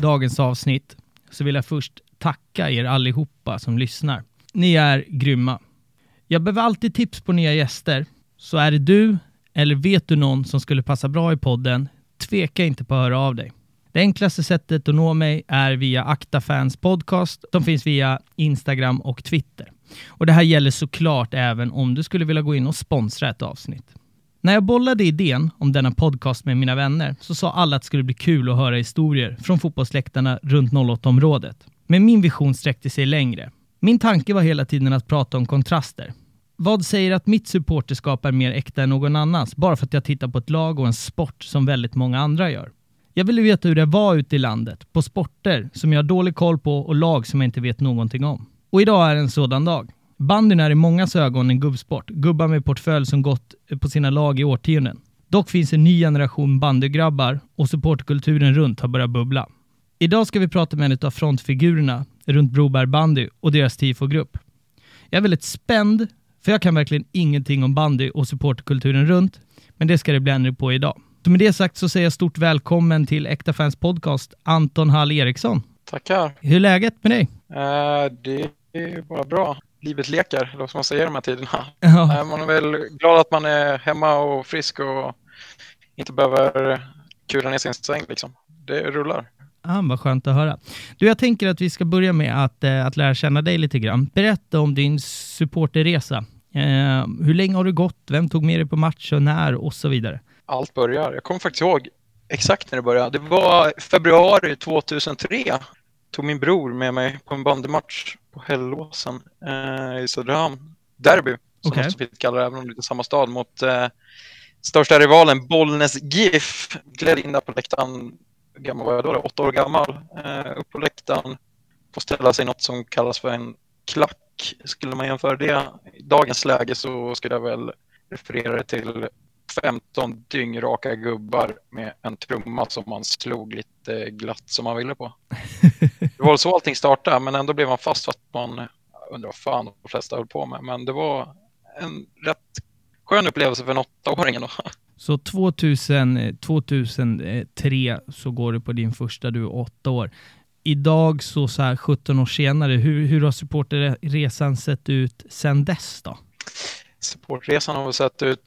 dagens avsnitt så vill jag först tacka er allihopa som lyssnar. Ni är grymma. Jag behöver alltid tips på nya gäster. Så är det du eller vet du någon som skulle passa bra i podden, tveka inte på att höra av dig. Det enklaste sättet att nå mig är via Akta Fans podcast. De finns via Instagram och Twitter. Och det här gäller såklart även om du skulle vilja gå in och sponsra ett avsnitt. När jag bollade idén om denna podcast med mina vänner så sa alla att det skulle bli kul att höra historier från fotbollsläktarna runt 08-området. Men min vision sträckte sig längre. Min tanke var hela tiden att prata om kontraster. Vad säger att mitt supporterskap är mer äkta än någon annans bara för att jag tittar på ett lag och en sport som väldigt många andra gör? Jag ville veta hur det var ute i landet, på sporter som jag har dålig koll på och lag som jag inte vet någonting om. Och idag är en sådan dag. Bandyn är i mångas ögon en gubbsport. Gubbar med portfölj som gått på sina lag i årtionden. Dock finns en ny generation bandygrabbar och supportkulturen runt har börjat bubbla. Idag ska vi prata med en av frontfigurerna runt Broberg bandy och deras tifogrupp. Jag är väldigt spänd för jag kan verkligen ingenting om bandy och supportkulturen runt. Men det ska det bli ändå på idag. Så med det sagt så säger jag stort välkommen till Äkta Fans podcast, Anton Hall Eriksson. Tackar. Hur är läget med dig? Det är bara bra. Livet leker, eller vad ska man säga i de här tiderna. Ja. Man är väl glad att man är hemma och frisk och inte behöver kula ner sin säng liksom. Det rullar. Vad skönt att höra. Du, jag tänker att vi ska börja med att lära känna dig lite grann. Berätta om din supporterresa. Hur länge har du gått? Vem tog med dig på match och när och så vidare? Allt börjar. Jag kommer faktiskt ihåg exakt när det började. Det var februari 2003. Tog min bror med mig på en bandymatch på Hällåsen i Söderhamn. Derby, som man så fint kallar det, även om det är samma stad, mot största rivalen Bollnäs GIF. Gled in där på läktaren, gammal var jag då, 8 år gammal. Upp på läktaren, får ställa sig något som kallas för en klack. Skulle man jämföra det i dagens läge så skulle jag väl referera det till 15 dyngraka gubbar med en trumma som man slog lite glatt som man ville på. Det var så allting startade, men ändå blev man fast för att man undrar vad fan de flesta höll på med. Men det var en rätt skön upplevelse för en 8-åring då. Så 2003 så går du på din första, du är 8 år. Idag så här 17 år senare, hur har supporterresan sett ut sen dess då? Supportresan har väl sett ut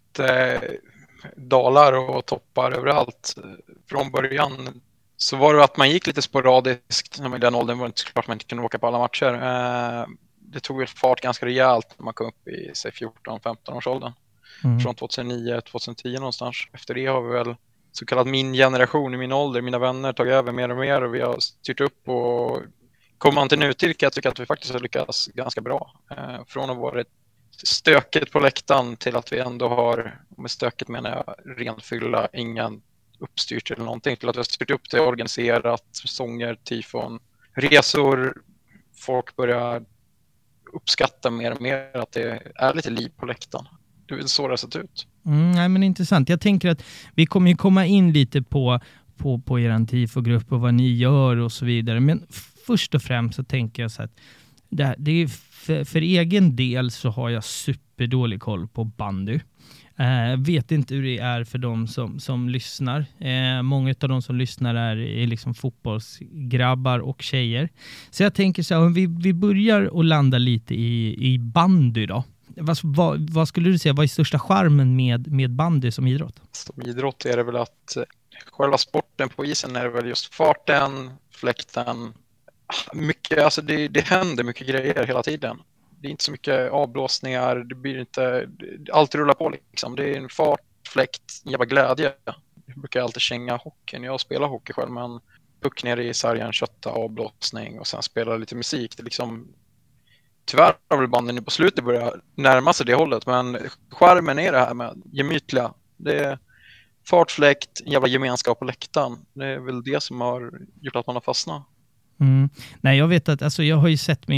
dalar och toppar överallt. Från början så var det att man gick lite sporadiskt. När man i den åldern var det inte klart att man inte kunde åka på alla matcher. Det tog väl fart ganska rejält när man kom upp i 14-15 års åldern. Från 2009-2010 någonstans. Efter det har vi väl så kallad min generation i min ålder. Mina vänner tagit över mer och mer och vi har styrt upp och kommer man till nutid kan jag tycka att vi faktiskt har lyckats ganska bra. Från att vara stöket på läktaren till att vi ändå har, med stöket menar jag ren fylla, ingen uppstyrt eller någonting, till att vi har styrt upp det, organiserat sånger, tifon, resor. Folk börjar uppskatta mer och mer att det är lite liv på läktaren. Det är så det har sett ut. Nej, men intressant. Jag tänker att vi kommer ju komma in lite på er tifogrupp och vad ni gör och så vidare. Men först och främst så tänker jag så att det är för egen del så har jag superdålig koll på bandy. Vet inte hur det är för de som lyssnar. Många av de som lyssnar är liksom fotbollsgrabbar och tjejer. Så jag tänker så här, om vi börjar att landa lite i bandy då. Vad skulle du säga, vad är största charmen med bandy som idrott? Som idrott är det väl att själva sporten på isen är det väl just farten, fläkten. Mycket, alltså det händer mycket grejer hela tiden. Det är inte så mycket avblåsningar, det blir inte, allt rullar på liksom. Det är en fart, fläkt, en jävla glädje. Jag brukar alltid känga hockeyn. Jag spelar hockey själv, men puck ner i sargen, kötta, avblåsning och sen spela lite musik. Det är liksom, tyvärr har väl banden nu på slutet börjat närma sig det hållet, men charmen är det här med gemytliga. Det är fart, fläkt, en jävla gemenskap på läktaren. Det är väl det som har gjort att man har fastnat. Nej, jag vet att alltså, jag har ju sett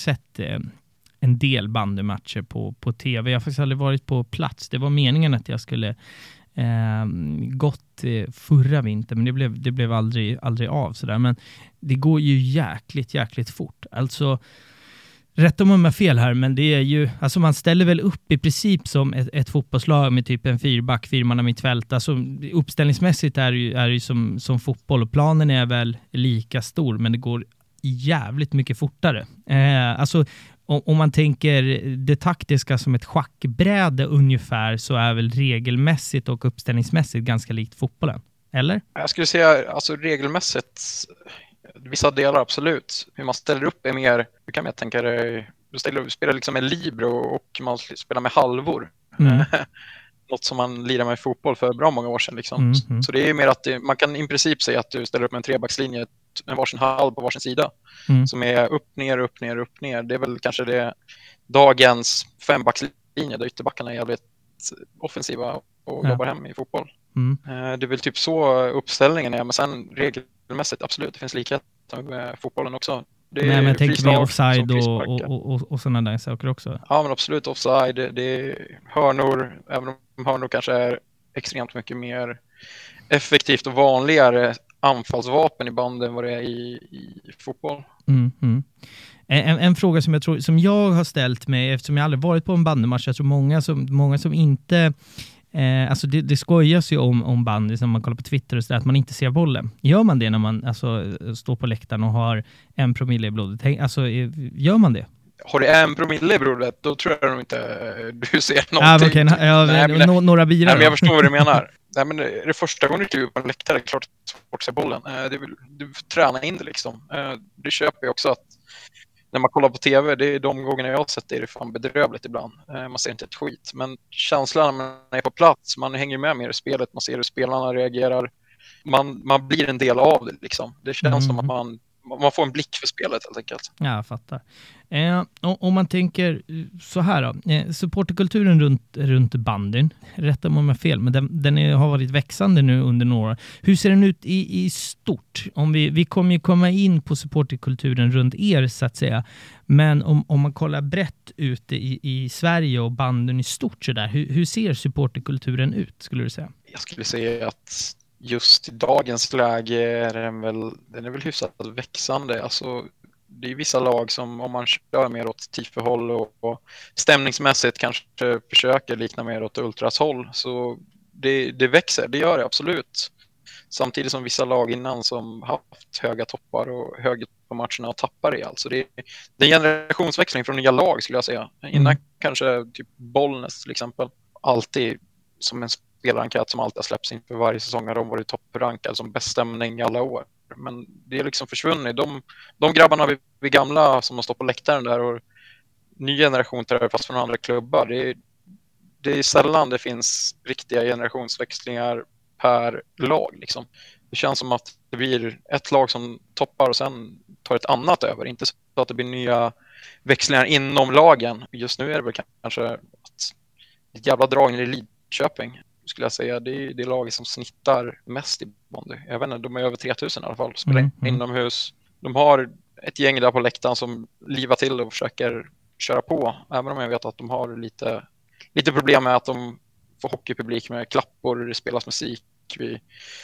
en del bandymatcher på tv. Jag har faktiskt aldrig varit på plats. Det var meningen att jag skulle gått förra vintern, men det blev aldrig av sådär. Men det går ju jäkligt fort. Alltså rätt om jag har fel här, men det är ju, alltså man ställer väl upp i princip som ett fotbollslag med typ en fyrback, fyrmanna mittfält. Alltså uppställningsmässigt är det ju som fotboll, och planen är väl lika stor, men det går jävligt mycket fortare. Alltså om man tänker det taktiska som ett schackbräde ungefär, så är väl regelmässigt och uppställningsmässigt ganska likt fotbollen, eller? Jag skulle säga, alltså regelmässigt, vissa delar absolut. Hur man ställer upp är mer, hur kan jag tänka det, du spelar liksom med libero och man spelar med halvor. Något som man lirade med i fotboll för bra många år sedan. Liksom. Så det är mer att man kan i princip säga att du ställer upp med en trebackslinje med varsin halv på varsin sida. Som är upp, ner, upp, ner, upp, ner. Det är väl kanske det dagens fembackslinje där ytterbackarna är jävligt offensiva och jobbar hem i fotboll. Det är väl typ så uppställningen är, men sen regelmässigt absolut, det finns likheter med fotbollen också. Men jag tänker med offside och sådana där saker också. Ja, men absolut offside, det är hörnor, även om hörnor kanske är extremt mycket mer effektivt och vanligare anfallsvapen i banden än vad det är i fotboll. En fråga som jag har ställt mig, eftersom jag aldrig varit på en bandymatch, jag tror många som inte, alltså det skojas ju om bandy som man kollar på Twitter och så där, att man inte ser bollen. Gör man det när man står på läktaren och har 1 promille i blodet? Alltså, gör man det? Har du 1 promille i blodet, då tror jag nog inte du ser någonting. Några bilar. Nej, men jag förstår vad du menar. Nej, men är det första gången du kliver på en läktare, det är klart att svårt att se bollen. Du tränar in det liksom. Det köper jag också, att när man kollar på tv, det är de gångerna jag har sett det, är det fan bedrövligt ibland. Man ser inte ett skit. Men känslan när man är på plats, man hänger med mer i spelet, man ser hur spelarna reagerar. Man blir en del av det liksom. Det känns som att man får en blick för spelet helt enkelt. Ja, jag fattar. Om man tänker så här då. Supporterkulturen runt bandyn, rätta om jag har fel, men den har varit växande nu under några år. Hur ser den ut i stort? Vi kommer ju komma in på supporterkulturen runt er så att säga. Men om man kollar brett ute i Sverige och bandyn i stort så där, hur ser supporterkulturen ut, skulle du säga? Jag skulle säga att just i dagens läge är den är väl hyfsat växande. Alltså, det är vissa lag som, om man kör mer åt tiförhåll och stämningsmässigt kanske försöker likna mer åt ultrashåll, så det växer, det gör det absolut. Samtidigt som vissa lag innan som haft höga toppar och höga på matcherna och tappar i. Alltså det är en generationsväxling från nya lag, skulle jag säga. Innan kanske typ Bollnäs till exempel, alltid som en spelarenkät som alltid har släppts in för varje säsong, har de varit topprankade som bäst stämning i alla år. Men det är liksom försvunnit. De grabbarna vi gamla som har stått på läktaren där, och ny generation tar fast från andra klubbar. Det är sällan det finns riktiga generationsväxlingar per lag liksom. Det känns som att det blir ett lag som toppar och sen tar ett annat över. Inte så att det blir nya växlingar inom lagen. Just nu är det väl kanske ett jävla drag i Lidköping, skulle jag säga. Det är det laget som snittar mest i bandy. Jag vet inte, de är över 3000 i alla fall. Spelar inomhus. De har ett gäng där på läktaren som livar till och försöker köra på. Även om jag vet att de har lite problem med att de får hockeypublik med klappor, det spelas musik vid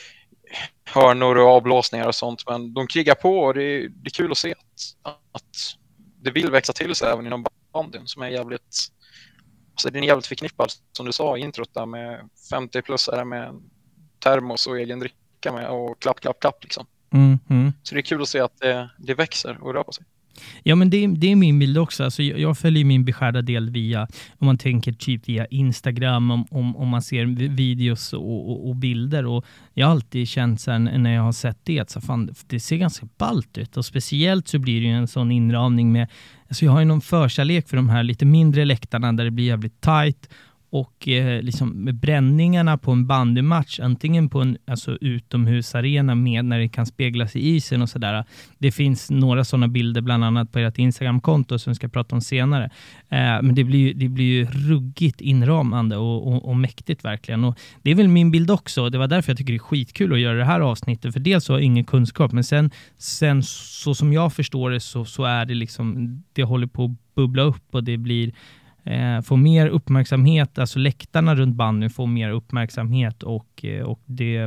hörnor och avblåsningar och sånt. Men de krigar på, och det är kul att se att det vill växa till sig även inom bandyn, som är jävligt... Så den är jävligt förknippad, som du sa i introt där, med 50-plussare med termos och egen dricka med och klapp liksom. Så det är kul att se att det växer och rör på sig. Ja, men det är min bild också. Alltså, jag följer min beskärda del via, om man tänker typ via Instagram, om man ser videos och bilder, och jag har alltid känt sen när jag har sett det, så fan, det ser ganska ballt ut, och speciellt så blir det ju en sån inramning med, alltså jag har ju någon förkärlek för de här lite mindre läktarna där det blir jävligt tight, och liksom med bränningarna på en bandymatch, antingen på en utomhusarena med när det kan speglas i isen och sådär. Det finns några sådana bilder bland annat på ert Instagram-konto som vi ska prata om senare. Men det blir ju ruggigt inramande och mäktigt verkligen. Och det är väl min bild också. Det var därför jag tycker det är skitkul att göra det här avsnittet. För dels så har jag ingen kunskap, men sen så som jag förstår det så är det liksom, det håller på att bubbla upp, och det blir få mer uppmärksamhet, alltså läktarna runt bandyn får mer uppmärksamhet, och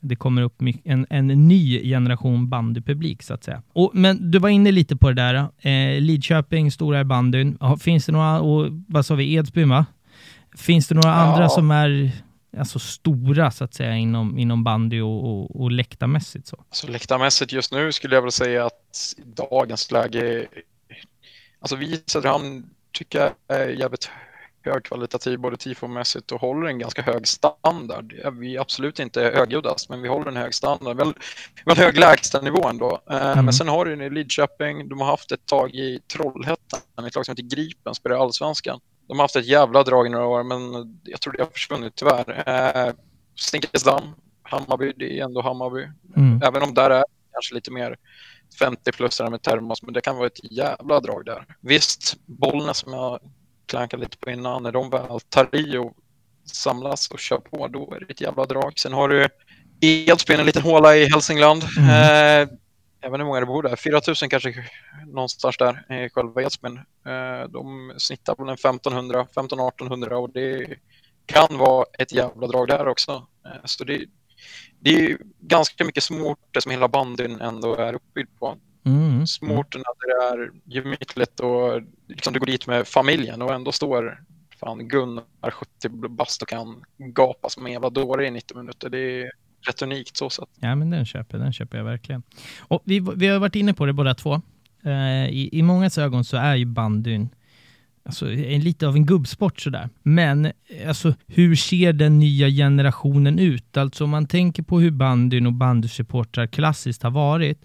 det kommer upp en ny generation bandypublik så att säga. Men du var inne lite på det där. Lidköping, stora i bandyn. Finns det några, och vad sa vi, Edsbyn va? Finns det några andra som är alltså stora så att säga inom bandy och läktarmässigt så? Alltså läktarmässigt just nu skulle jag väl säga att i dagens läge, alltså vi i Söderhamn tycker jag är jävligt högkvalitativ både tifomässigt och håller en ganska hög standard. Vi är absolut inte högljuddast, men vi håller en hög standard. Väl hög lägstanivå ändå. Men sen har du i Lidköping, de har haft ett tag i Trollhättan, ett lag som heter Gripen, spelar Allsvenskan. De har haft ett jävla drag i några år, men jag tror det har försvunnit tyvärr. Stinkesdamm, Hammarby, det är ändå Hammarby. Även om där är kanske lite mer 50-plussare med termos, men det kan vara ett jävla drag där. Visst, Bollnäs som jag klankade lite på innan, när de väl tar i och samlas och kör på, då är det ett jävla drag. Sen har du Edsbyn, en liten håla i Hälsingland. Jag vet inte hur många det bor där. 4000 kanske någonstans där i själva Edsbyn. De snittar på en 1500-1800 och det kan vara ett jävla drag där också. Så det är ganska mycket småorter som hela bandyn ändå är uppbyggd på. Småorterna där det är gemytligt och liksom du går dit med familjen och ändå står fan Gunnar 70 bast och kan gapa som en jävla dåre i 90 minuter. Det är rätt unikt så sätt. Ja, men den köper jag verkligen. Och vi har varit inne på det båda två. I mångas ögon så är ju bandyn alltså lite av en gubbsport sådär. Men alltså, hur ser den nya generationen ut? Alltså om man tänker på hur bandyn och bandysupportrar klassiskt har varit,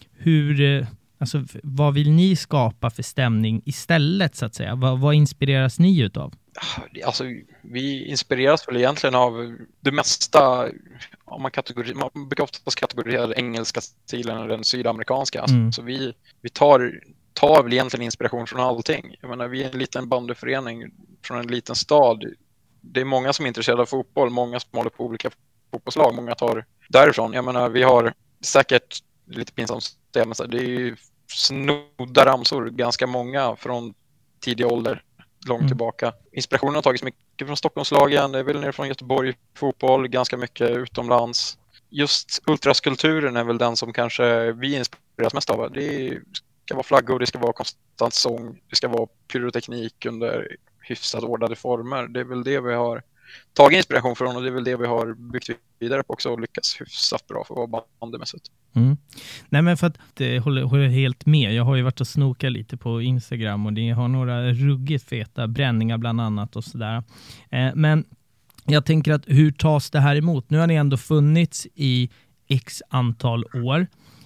vad vill ni skapa för stämning istället så att säga? Vad inspireras ni utav? Alltså, vi inspireras väl egentligen av det mesta. Man brukar oftast kategorisera den engelska stilen och den sydamerikanska. Så vi tar väl egentligen inspiration från allting. Jag menar, vi är en liten bandyförening från en liten stad. Det är många som är intresserade av fotboll, många som håller på olika fotbollslag, många tar därifrån. Jag menar, vi har säkert lite pinsamt men det är ju snodda ramsor, ganska många från tidig ålder, långt tillbaka. Inspirationen har tagits mycket från Stockholmslagen, det är väl ner från Göteborg fotboll, ganska mycket utomlands. Just ultraskulturen är väl den som kanske vi inspireras mest av. Det ska vara flaggor, det ska vara konstant sång, det ska vara pyroteknik under hyfsat ordnade former. Det är väl det vi har tagit inspiration från och det är väl det vi har byggt vidare på också och lyckats hyfsat bra för att vara bandymässigt. Nej, men för att håller helt med. Jag har ju varit och snokat lite på Instagram och det har några ruggigt feta bränningar bland annat och sådär. Men jag tänker att hur tas det här emot? Nu har ni ändå funnits i x antal år.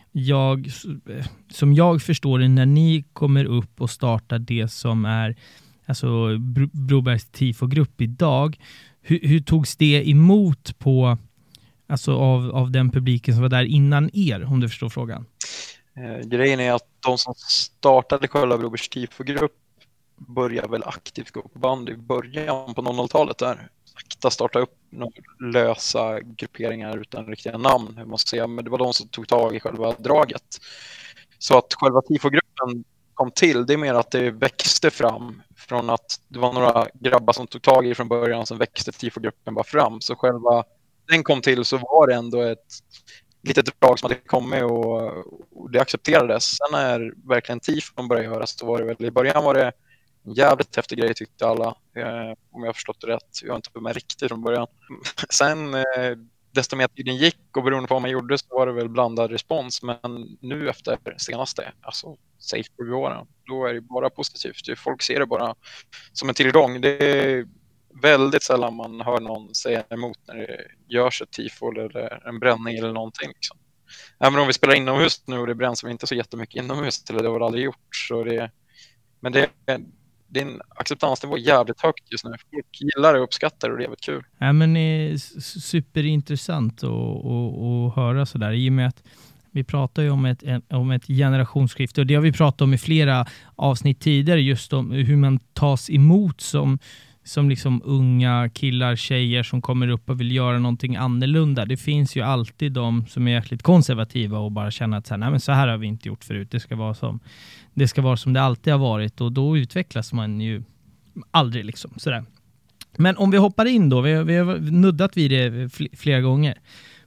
Som jag förstår det, när ni kommer upp och startar det som är alltså Brobergs tifogrupp idag, hur togs det emot på alltså av den publiken som var där innan er, om du förstår frågan? Grejen är att de som startade själva Brobergs tifogrupp började väl aktivt gå på bandy i början på 00-talet där. Sakta starta upp några lösa grupperingar utan riktiga namn, hur man säger, men det var de som tog tag i själva draget. Så att själva tifogruppen kom till, det är mer att det växte fram från att det var några grabbar som tog tag i från början, som växte tifogruppen bara fram. Så själva den kom till så var det ändå ett litet drag som hade kommit och det accepterades. Sen när verkligen tifon började göras, så var det väl i början var det en jävligt häftig grej tyckte alla, om jag har förstått det rätt. Jag har inte på mig riktigt från början. Sen desto mer tiden gick och beroende på vad man gjorde så var det väl blandad respons, men nu efter senaste, alltså säg 7 åren, då är det bara positivt. Folk ser det bara som en tillgång. Det är väldigt sällan man hör någon säga emot när det görs ett tifo eller en bränning eller någonting liksom. Även om vi spelar inomhus nu och det bränns vi inte så jättemycket inomhus, eller det har aldrig gjort, så men din acceptans var jävligt högt just nu. Folk gillar det och uppskattar och det är jävligt kul. Ja, men det är superintressant att höra sådär. I och med att vi pratar ju om ett generationsskifte och det har vi pratat om i flera avsnitt tidigare, just om hur man tas emot som liksom unga killar, tjejer som kommer upp och vill göra någonting annorlunda. Det finns ju alltid de som är jäkligt konservativa och bara känner att nej, men så här har vi inte gjort förut. Det ska vara som det alltid har varit, och då utvecklas man ju aldrig liksom sådär. Men om vi hoppar in då, vi har nuddat vid det flera gånger.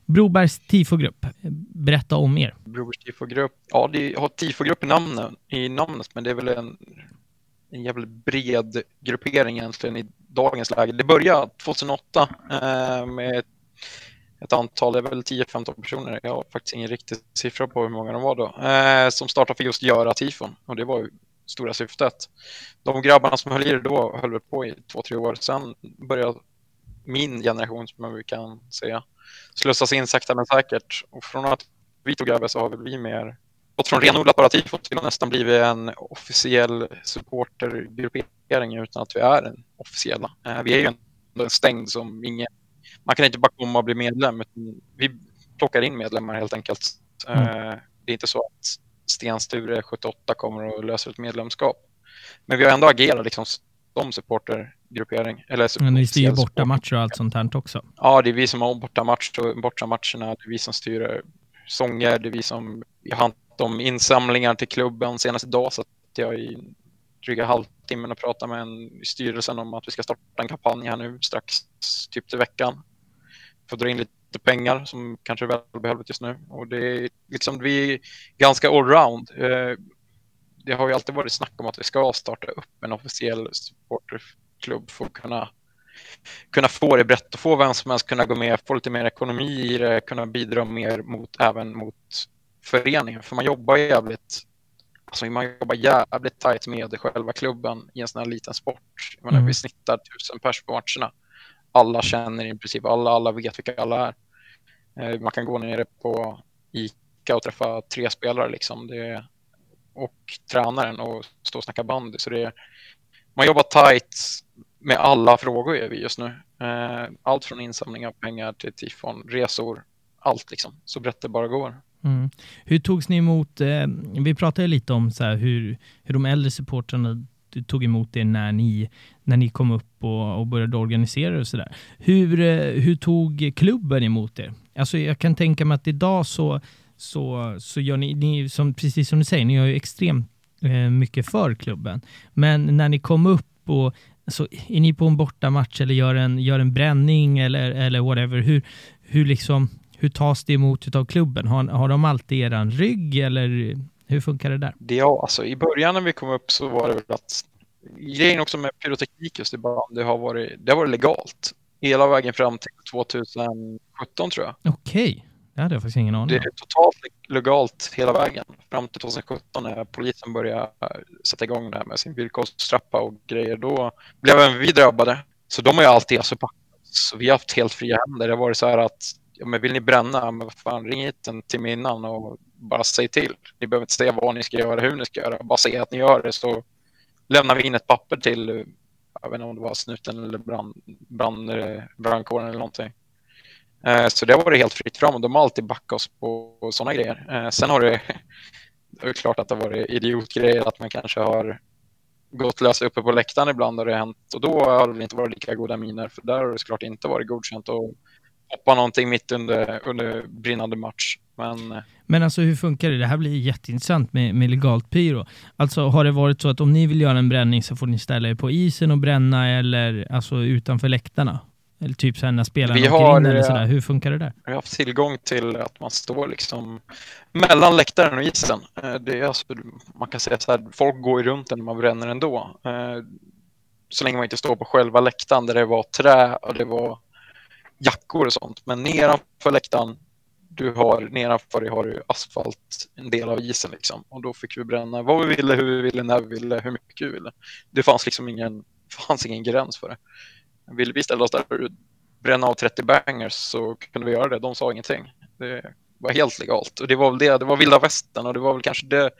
Brobergs tifogrupp, berätta om er. Brobergs tifogrupp, ja, det har tifogrupp i namnet, men det är väl en jävligt bred gruppering egentligen i dagens läge. Det började 2008 med ett antal, det är väl 10-15 personer, jag har faktiskt ingen riktig siffra på hur många de var då, som startade för just göra tifon, och det var ju stora syftet. De grabbarna som höll i det då höll på i 2-3 år, sen började min generation, som man kan säga, slussas in sakta men säkert, och från att vi tog över så har vi mer gått från renodlat bara tifo till att nästan blivit en officiell supportergruppering utan att vi är en officiella. Vi är ju ändå en stängd som man kan inte bara komma och bli medlem, utan vi plockar in medlemmar helt enkelt. Det är inte så att Sten Sture 78 kommer och löser ett medlemskap. Men vi har ändå agerat liksom som supportergruppering. Men ni styr borta matcher och allt sånt här också? Ja, det är vi som har borta matcherna, det är vi som styr sånger, det är vi som har hand om insamlingar till klubben. Senast idag så att jag i dryga halvtimmen och pratar med en i styrelsen om att vi ska starta en kampanj här nu strax, typ till veckan, för att dra in lite pengar som kanske är välbehövligt just nu. Och det är liksom, vi är ganska allround. Det har ju alltid varit snack om att vi ska starta upp en officiell supporterklubb för att kunna få det brett och få vem som helst kunna gå med, få lite mer ekonomi i det, kunna bidra mer även mot föreningen. För man jobbar jävligt tajt med själva klubben i en sån här liten sport. Vi snittar 1000 pers på matcherna. Alla känner i princip alla vet vilka alla är. Man kan gå ner på ICA och träffa 3 spelare liksom. Och tränaren och stå och snacka bandy. Så man jobbar tajt med alla frågor är vi just nu. Allt från insamling av pengar till tifon, resor, allt liksom. Så brett det bara går. Hur togs ni emot, vi pratade lite om så här, hur de äldre supportrarna tog emot det när ni kom upp och började organisera och sådär. Hur tog klubben emot er? Alltså jag kan tänka mig att idag så gör ni som, precis som ni säger, ni har ju extremt mycket för klubben. Men när ni kom upp och så är ni på en bortamatch eller gör en bränning eller whatever, hur tas det emot av klubben? Har de alltid eran rygg eller hur funkar det där? Ja, alltså i början när vi kom upp så var det väl att grejen också med pyroteknik just det har varit legalt hela vägen fram till 2017 tror jag. Okej. Det hade jag faktiskt ingen aning om. Det är totalt legalt hela vägen fram till 2017 när polisen började sätta igång det här med sin villkorstrappa och grejer. Då blev även vi drabbade. Så de har ju alltid så vi har haft helt fria händer. Det har varit så här att men vill ni bränna, men fan, ring hit en timme innan och bara säg till. Ni behöver inte säga vad ni ska göra, hur ni ska göra. Bara säga att ni gör det så lämnar vi in ett papper till, jag vet inte om det var snuten eller brandkåren eller någonting. Så det har varit helt fritt fram och de har alltid backat oss på sådana grejer. Sen har det är klart att det har varit idiotgrejer, att man kanske har gått lösa uppe på läktaren ibland har det hänt. Och då har det inte varit lika goda miner, för där har det såklart inte varit godkänt att hoppa någonting mitt under brinnande match. Men alltså hur funkar det? Det här blir jätteintressant med legalt pyro. Alltså har det varit så att om ni vill göra en bränning så får ni ställa er på isen och bränna eller alltså utanför läktarna? Eller typ så här när spelarna åker in eller sådär. Hur funkar det där? Vi har haft tillgång till att man står liksom mellan läktaren och isen. Det är alltså, man kan säga så här, folk går ju runt när man bränner ändå. Så länge man inte står på själva läktaren där det var trä och det var jackor och sånt. Men nedanför läktaren nedanför dig har du asfalt, en del av isen liksom. Och då fick vi bränna vad vi ville, hur vi ville, när vi ville, hur mycket vi ville. Det fanns liksom ingen gräns för det. Vill vi ställa oss där och bränna av 30 bangers så kunde vi göra det. De sa ingenting. Det var helt legalt. Och det var väl det var vilda västern och det var väl kanske det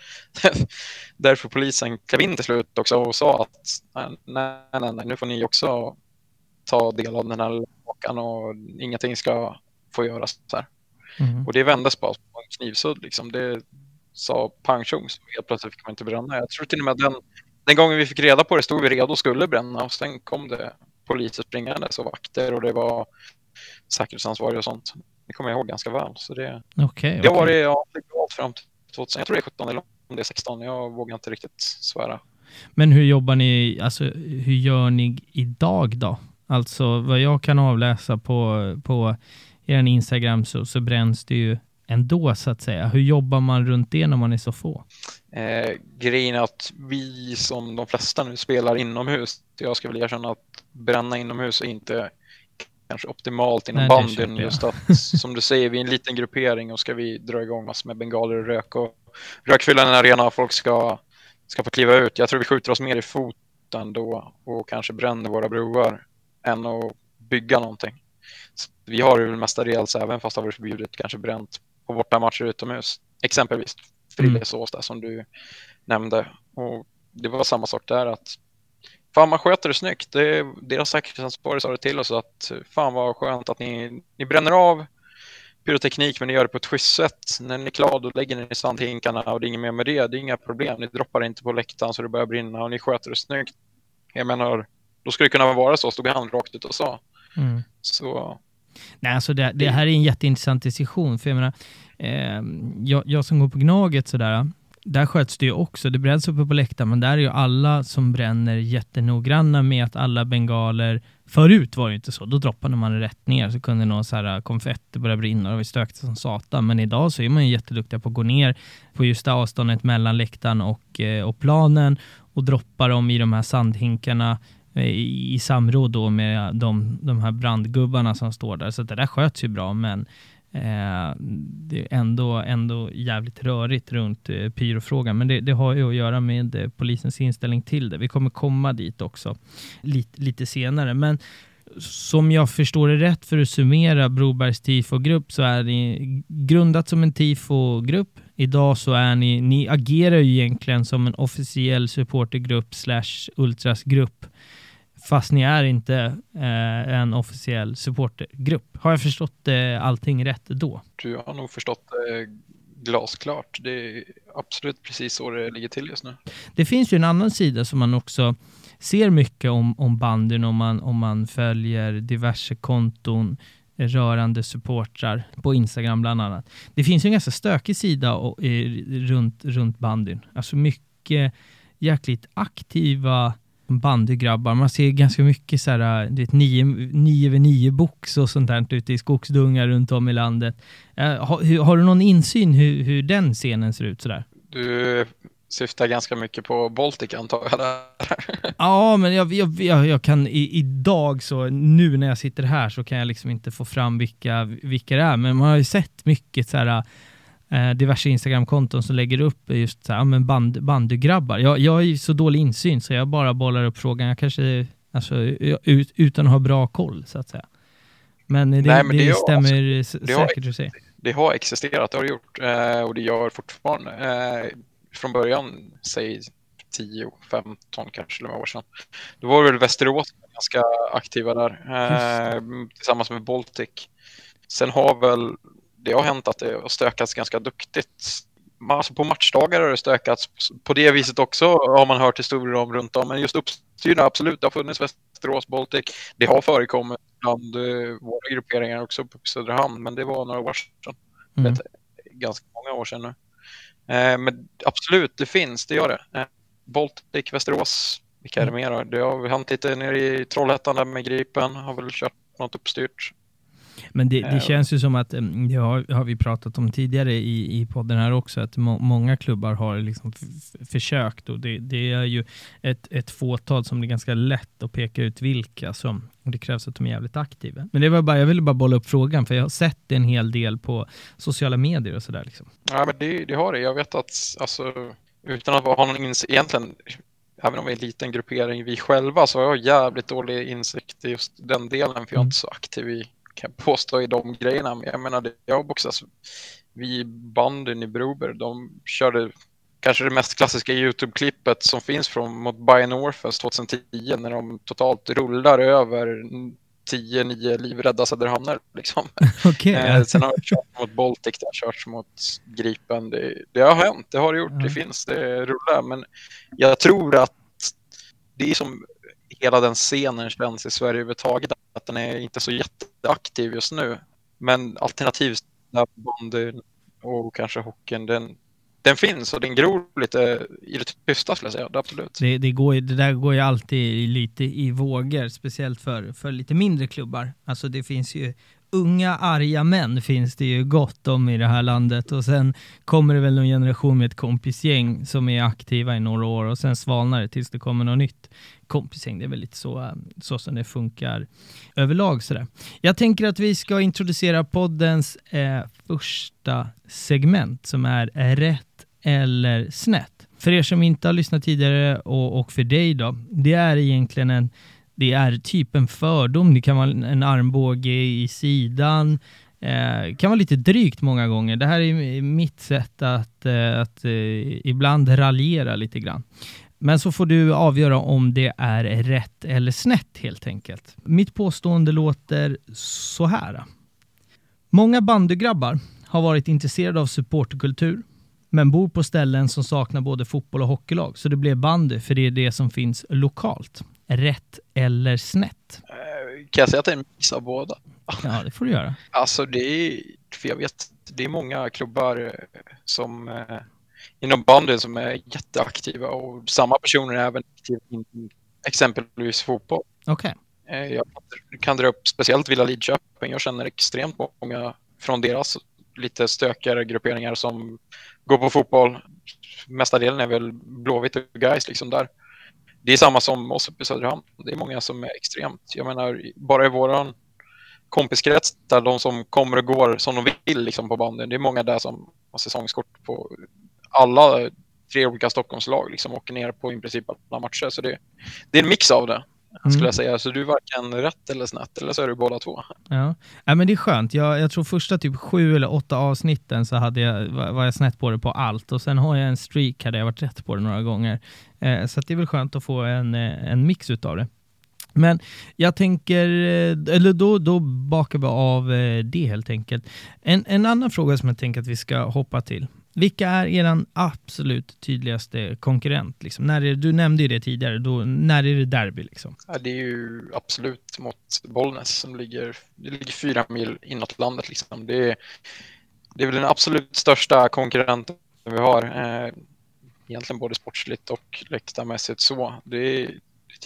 därför polisen klev in till slut också och sa att nej, nu får ni också ta del av den här lakan och ingenting ska få göras så här. Och det vändes bara på en knivsudd liksom. Det sa pang tjong, så helt plötsligt fick man inte bränna. Jag tror till och med den gången vi fick reda på det stod vi redo och skulle bränna och sen kom det poliser springande och vakter och det var säkerhetsansvariga och sånt. Det kommer jag ihåg ganska väl. Så det var det legalt fram till 2000, jag tror det är 17 eller om det är 16. Jag vågar inte riktigt svära. Men hur jobbar ni, alltså hur gör ni idag då? Alltså vad jag kan avläsa på er Instagram så bränns det ju ändå så att säga. Hur jobbar man runt det när man är så få? Grejen är att vi som de flesta nu spelar inomhus. Jag ska väl erkänna att bränna inomhus är inte kanske optimalt inom bandyn. Just att, som du säger, vi är en liten gruppering och ska vi dra igång massor med bengaler och rök och rökfylla en arena och folk ska få kliva ut. Jag tror vi skjuter oss mer i foten då och kanske bränner våra broar än att bygga någonting. Så vi har ju mestadels, även fast det har varit förbjudet, kanske bränt på bortamatcher utomhus. Exempelvis Frillesås där som du nämnde. Och det var samma sak där, att fan, man sköter det snyggt. Deras säkerhetsansvarig sa det till oss att fan vad skönt att ni bränner av pyroteknik, men ni gör det på ett schysst sätt. När ni är klara då lägger ni i sandhinkarna och det är inget mer med det. Det är inga problem. Ni droppar inte på läktaren så det börjar brinna och ni sköter det snyggt. Jag menar, då skulle det kunna vara så, stod han rakt ut och sa. Så... Nej, alltså det här är en jätteintressant diskussion. För jag menar, jag som går på Gnaget sådär, där sköts det ju också. Det bränns uppe på läktaren, men där är ju alla som bränner jättenoggranna med att alla bengaler, förut var det inte så, då droppade man rätt ner så kunde någon så här konfetti börja brinna och vi stökte som satan. Men idag så är man ju jätteduktiga på att gå ner på just avståndet mellan läktaren och planen och droppa dem i de här sandhinkarna i samråd då med de här brandgubbarna som står där. Så det där sköts ju bra, men det är ändå jävligt rörigt runt pyrofrågan. Men det har ju att göra med polisens inställning till det. Vi kommer komma dit också lite senare. Men som jag förstår det rätt, för att summera Brobergs tifogrupp, så är ni grundat som en tifogrupp. Idag så är ni agerar ju egentligen som en officiell supportergrupp / ultrasgrupp. Fast ni är inte en officiell supportergrupp. Har jag förstått allting rätt då? Du har nog förstått glasklart. Det är absolut precis så det ligger till just nu. Det finns ju en annan sida som man också ser mycket om bandyn om man följer diverse konton rörande supportrar på Instagram bland annat. Det finns ju en ganska stökig sida runt bandyn. Alltså mycket jäkligt aktiva bandygrabbar. Man ser ganska mycket så här, 9v9 box och sånt där ute i skogsdungar runt om i landet. Har du någon insyn hur den scenen ser ut sådär? Du syftar ganska mycket på Baltic, antar jag där. Ja, men jag kan idag så nu när jag sitter här så kan jag liksom inte få fram vilka det är, men man har ju sett mycket så här diverse Instagram-konton som lägger upp just så här, men bandygrabbar. Jag har ju så dålig insyn så jag bara bollar upp frågan. Jag kanske utan att ha bra koll så att säga. Men det stämmer säkert att säga. Det har existerat, det har det gjort och det gör fortfarande. Från början, säg 10-15 kanske år sedan. Då var det väl Västerås ganska aktiva där tillsammans med Baltic. Sen har väl det har hänt att det har stökats ganska duktigt. Alltså på matchdagar har det stökats på det viset också, har man hört historier om runt om. Men just uppstyrna, absolut, det har funnits Västerås, Baltic. Det har förekommit bland våra grupperingar också på Söderhamn, men det var några år sedan. Ganska många år sedan nu. Men absolut, det gör det. Baltic, Västerås, vilka är det mer? Det har hänt lite nere i Trollhättan där med Gripen, har väl kört något uppstyrt. Men det känns ju som att, det har vi pratat om tidigare i podden här också, att många klubbar har liksom försökt, och det är ju ett fåtal som det är ganska lätt att peka ut vilka som, och det krävs att de är jävligt aktiva. Men jag ville bara bolla upp frågan, för jag har sett en hel del på sociala medier och sådär liksom. Ja, men det har det. Jag vet att, alltså, utan att ha någon egentligen, även om vi är en liten gruppering vi själva, så har jag jävligt dålig insikt i just den delen, för jag är inte så aktiv i, kan påstå, i de grejerna. Men jag menar, jag boxas, vi bandyn i Broberg, de körde kanske det mest klassiska YouTube-klippet som finns mot Bayern Northwest 2010, när de totalt rullar över 10-9 livrädda Söderhamnar liksom. Okay. Sen har jag kört mot Baltic, det har kört mot Gripen. Det har hänt, det har det gjort, det finns, det rullar. Men jag tror att det är som hela den scenen känns i Sverige överhuvudtaget, att den är inte så jätteaktiv just nu. Men alternativt bandyn och kanske hockeyn, den finns och den gror lite i det tysta, skulle jag säga. Det, absolut. Det där går ju alltid lite i vågor, speciellt för lite mindre klubbar. Alltså det finns ju unga arga män finns det ju gott om i det här landet, och sen kommer det väl någon generation med ett kompisgäng som är aktiva i några år och sen svalnar det tills det kommer något nytt kompisgäng. Det är väl lite så som det funkar överlag sådär. Jag tänker att vi ska introducera poddens första segment som är rätt eller snett. För er som inte har lyssnat tidigare och för dig då, det är egentligen det är typ en fördom. Det kan vara en armbåge i sidan. Kan vara lite drygt många gånger. Det här är mitt sätt att ibland raljera lite grann. Men så får du avgöra om det är rätt eller snett helt enkelt. Mitt påstående låter så här. Många bandygrabbar har varit intresserade av supporterkultur, men bor på ställen som saknar både fotboll och hockeylag. Så det blev bandy, för det är det som finns lokalt. Rätt eller snett? Kan jag säga att det är en mix av båda? Ja, det får du göra. Alltså för jag vet, det är många klubbar som inom bandy som är jätteaktiva, och samma personer är även aktiva i exempelvis fotboll. Okej. Jag kan dra upp speciellt Villa Lidköping. Jag känner extremt många från deras lite stökigare grupperingar som går på fotboll. Mestadelen är väl Blåvitt och Gais liksom där. Det är samma som oss uppe i Söderhamn. Det är många som är extremt. Jag menar, bara i våran kompiskrets där de som kommer och går som de vill liksom på banden. Det är många där som har säsongskort på alla 3 olika Stockholmslag liksom, åker ner på i princip alla matcher. Så det är en mix av det, skulle jag säga. Så du är varken rätt eller snett, eller så är du båda två. Ja, men det är skönt. Jag tror första typ 7 eller 8 avsnitten så var jag snett på det på allt. Och sen har jag en streak, hade jag varit rätt på det några gånger. Så att det är väl skönt att få en mix utav det. Men jag tänker, eller då bakar vi av det helt enkelt. En annan fråga som jag tänker att vi ska hoppa till. Vilka är eran absolut tydligaste konkurrent? Liksom? Du nämnde ju det tidigare, när är det derby? Liksom? Ja, det är ju absolut mot Bollnäs som ligger 4 mil inåt landet. Liksom. Det är väl den absolut största konkurrenten vi har. Egentligen både sportsligt och läktarmässigt så. Det är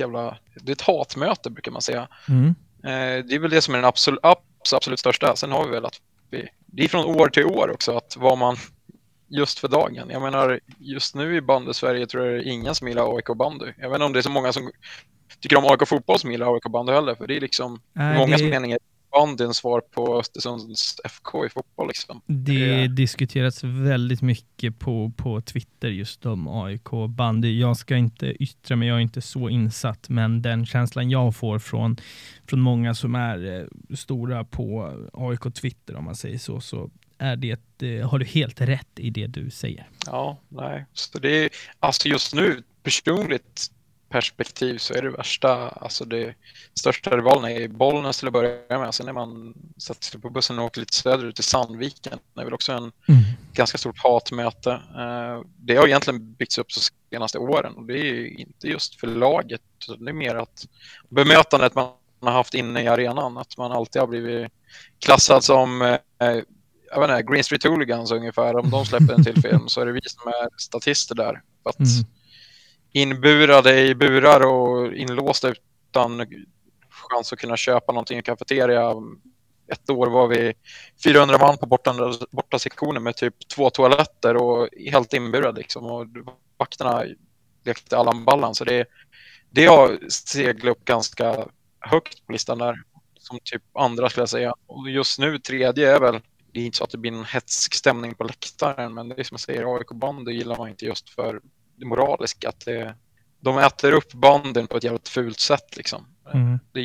ett hatmöte brukar man säga. Det är väl det som är den absolut största. Sen har vi väl att det är från år till år också att vad man just för dagen. Jag menar, just nu i bandy Sverige tror jag det är ingen som gillar AIK bandy. Jag vet inte om det är så många som tycker om AIK fotboll som gillar AIK bandy heller, för det är liksom många som menar bandyn svar på Östersunds FK i fotboll liksom. Det diskuterats väldigt mycket på Twitter just om AIK bandy. Jag ska inte yttra mig, jag är inte så insatt, men den känslan jag får från många som är stora på AIK Twitter, om man säger så är det, har du helt rätt i det du säger. Ja, nej. Så det är, alltså just nu, personligt perspektiv så är det värsta, alltså det största rivalen är Bollnäs till att börja med. Sen när man sätter sig på bussen och åker lite söderut till Sandviken, det är väl också en ganska stort hatmöte. Det har egentligen byggts upp så senaste åren, och det är inte just för laget, det är mer att bemötandet man har haft inne i arenan, att man alltid har blivit klassad som jag vet inte, Green Street Hooligans ungefär. Om de släpper en till film så är det vi som är statister där. För att inburade i burar och inlåsta utan chans att kunna köpa någonting i kafeteria. Ett år var vi 400 man på borta sektioner med typ 2 toaletter och helt inburade liksom. Och vakterna lekte Allan Ballan. Så det har seglat upp ganska högt på listan där. Som typ andra skulle jag säga. Och just nu tredje är väl, det är inte så att det blir en hetsk stämning på läktaren, men det är som jag säger, AIK bandy gillar man inte just för det moraliska, att de äter upp banden på ett jävligt fult sätt liksom. Det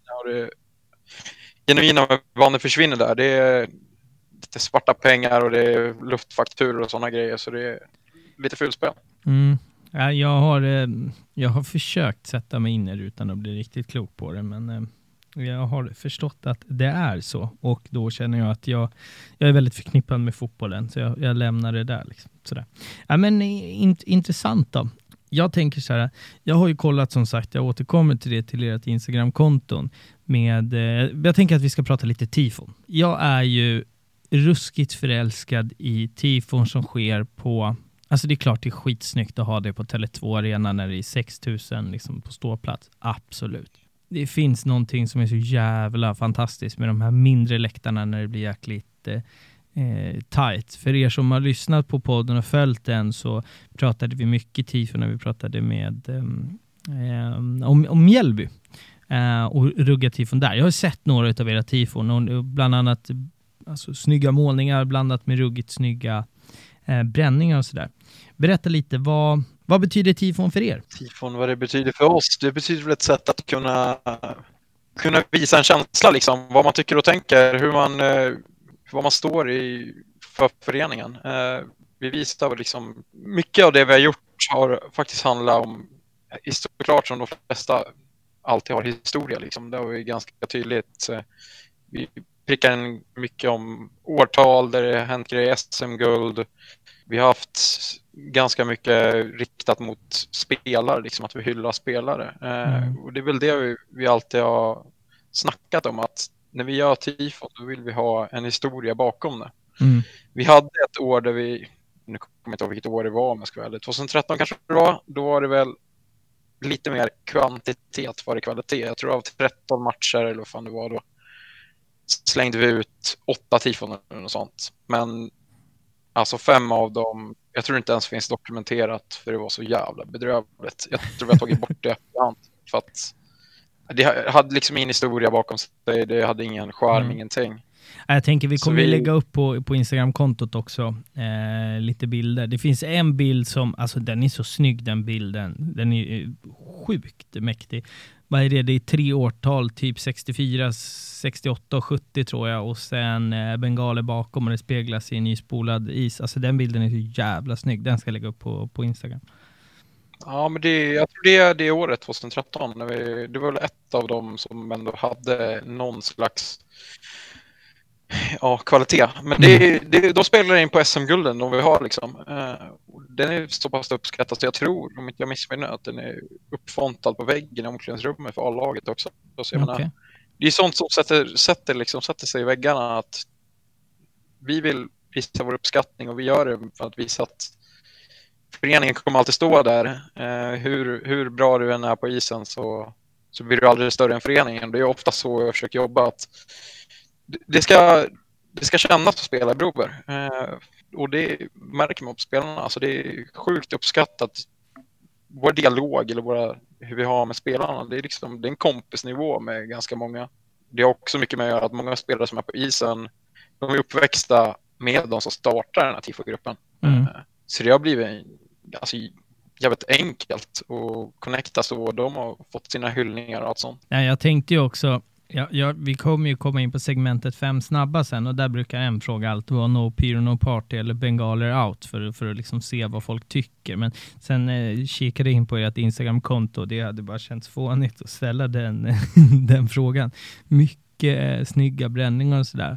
genuina med banden försvinner där. Det är lite svarta pengar och det är luftfakturor och sådana grejer, så det är lite fulspel. Ja, jag har försökt sätta mig in i det utan att bli riktigt klok på det, men jag har förstått att det är så, och då känner jag att jag är väldigt förknippad med fotbollen, så jag lämnar det där liksom. Sådär. Ja, men intressant då. Jag tänker så här, jag har ju kollat, som sagt, jag återkommer till ert Instagram-konton med, jag tänker att vi ska prata lite tifon. Jag är ju ruskigt förälskad i tifon som sker på... Alltså det är klart det är skitsnyggt att ha det på Tele2 Arena när det är 6000 liksom på ståplats. Absolut. Det finns någonting som är så jävla fantastiskt med de här mindre läktarna när det blir jäkligt tight. För er som har lyssnat på podden och följt den så pratade vi mycket tifo när vi pratade med om Mjällby. Och rugga tifon där. Jag har sett några av era tifon och bland annat alltså, snygga målningar blandat med ruggigt snygga bränningar och sådär. Berätta lite, vad betyder tifon för er? Tifon, vad det betyder för oss? Det betyder väl ett sätt att kunna visa en känsla liksom, vad man tycker och tänker, vad man står i för föreningen. Vi visar liksom, mycket av det vi har gjort har faktiskt handlat om, såklart som de flesta alltid har historia liksom. Det var ju ganska tydligt. Vi prickar in mycket om årtal där det hänt grejer, SM-guld. Vi har haft ganska mycket riktat mot spelare, liksom att vi hyllar spelare. Och det är väl det vi alltid har snackat om, att när vi gör tifo då vill vi ha en historia bakom det. Vi hade ett år där nu kommer jag inte ihåg vilket år det var, om jag ska vara ärlig, 2013 kanske det var, då var det väl lite mer kvantitet före kvalitet. Jag tror av 13 matcher eller vad fan det var då slängde vi ut 8 tifon eller något sånt. Men alltså 5 av dem, jag tror inte ens finns dokumenterat för det var så jävla bedrövligt. Jag tror vi har tagit bort det efterhand för att det hade liksom ingen historia bakom sig, det hade ingen charm, ingenting. Jag tänker vi kommer lägga upp på Instagram-kontot också lite bilder. Det finns en bild som, alltså den är så snygg den bilden. Den är sjukt mäktig. Vad är det? Det är 3 årtal, typ 64, 68 och 70 tror jag. Och sen bengaler bakom och det speglas i nyspolad is. Alltså den bilden är så jävla snygg. Den ska jag lägga upp på Instagram. Ja, men jag tror det är året 2013. Det var väl ett av dem som ändå hade någon slags kvalitet. Men då spelar det in på SM-gulden de vi har liksom. Den är så pass uppskattad så jag tror, om inte jag missminner, att den är uppfontad på väggen i omklädningsrummet för A-laget också. Så jag menar, det är sånt som sätter sig i väggarna, att vi vill visa vår uppskattning och vi gör det för att visa att föreningen kommer alltid stå där. Hur bra du än är på isen så blir du aldrig större än föreningen. Det är ofta så jag försöker jobba, att det ska kännas på spelarprover. Och det märker man på spelarna. Alltså det är sjukt uppskattat. Vår dialog eller hur vi har med spelarna, det är en kompisnivå med ganska många. Det har också mycket med att göra att många spelare som är på isen, de är uppväxta med de som startar den här tifogruppen. Så det har blivit jävligt enkelt att connecta, så de har fått sina hyllningar och allt sånt. Ja, jag tänkte ju också, vi kommer ju komma in på segmentet 5 snabba sen, och där brukar en fråga alltid vara no peer, no party eller bengaler out för att liksom se vad folk tycker. Men sen kikade in på ert Instagram-konto, det hade bara känts fånigt att ställa den frågan. Mycket snygga bränningar och sådär.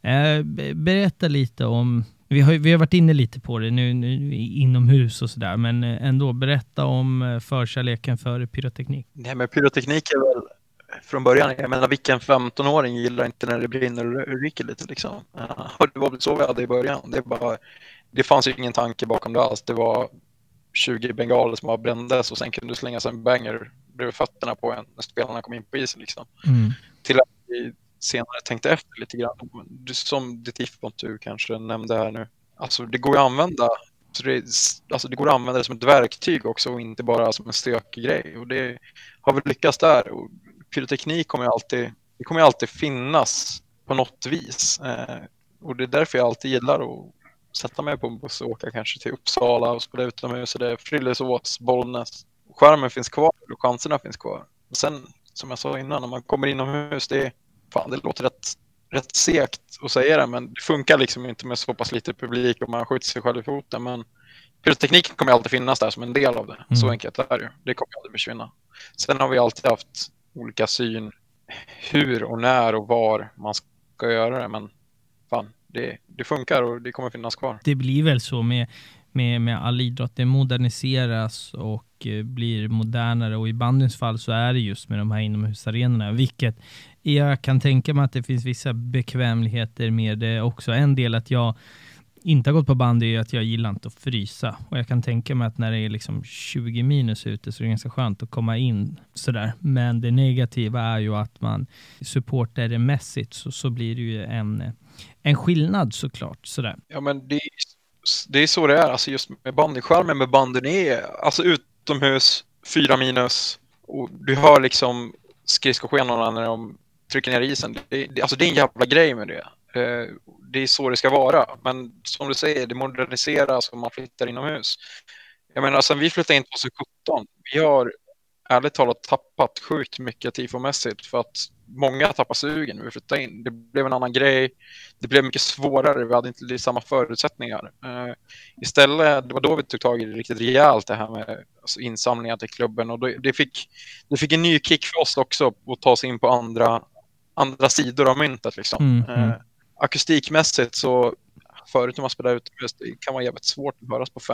Berätta lite om, vi har varit inne lite på det nu inomhus och sådär, men ändå berätta om förkärleken för pyroteknik. Nej, men pyroteknik är väl från början, jag menar, vilken 15-åring gillar inte när det brinner och ryker lite liksom. Och det var väl så vi hade i början. Det fanns ju ingen tanke bakom det alls. Det var 20 bengaler som var brändes och sen kunde du slänga sig en banger bredvid fötterna på en när spelarna kom in på isen liksom. Till att vi senare tänkte efter lite grann. Som det tifon du kanske nämnde här nu. Alltså det går ju att använda. Det går att använda det som ett verktyg också och inte bara som en stökig grej. Och det har vi lyckats där. Och pyroteknik kommer ju alltid finnas på något vis. Och det är därför jag alltid gillar att sätta mig på en buss och åka kanske till Uppsala och spela utomhus. Så det är Frillesås, Bollnäs. Skärmen finns kvar och chanserna finns kvar. Och sen, som jag sa innan, när man kommer inomhus, det låter rätt segt att säga det, men det funkar liksom inte med så pass lite publik och man skjuter sig själv i foten. Men pyrotekniken kommer alltid finnas där som en del av det. Så enkelt är det. Det kommer aldrig försvinna. Sen har vi alltid haft olika syn hur och när och var man ska göra det, men det funkar och det kommer finnas kvar. Det blir väl så med all idrott, det moderniseras och blir modernare, och i bandyns fall så är det just med de här inomhusarenorna, vilket Jag kan tänka mig att det finns vissa bekvämligheter med det också. En del att jag inte har gått på bandy är att jag gillar inte att frysa. Och jag kan tänka mig att när det är liksom 20 minus ute så är det ganska skönt att komma in sådär. Men det negativa är ju att man supportar det mässigt så blir det ju en skillnad såklart. Sådär. Ja, men det är så det är. Alltså just med bandyskärmen med banden är alltså utomhus 4 minus och du hör liksom skridskoskenorna när de trycker ner isen. Alltså det är en jävla grej med det. Det är så det ska vara. Men som du säger, det moderniseras och man flyttar inomhus. Jag menar, sen vi flyttade in 2017, vi har ärligt talat tappat sjukt mycket tifomässigt för att många tappar sugen när vi flyttade in. Det blev en annan grej. Det blev mycket svårare. Vi hade inte samma förutsättningar. Istället, det var då vi tog tag i det riktigt rejält, det här med alltså, insamlingar till klubben. Och det fick en ny kick för oss också att ta sig in på andra sidor av myntet. Liksom. Akustikmässigt så, förut när man spelar utomhus, det kan vara jävligt svårt att höras på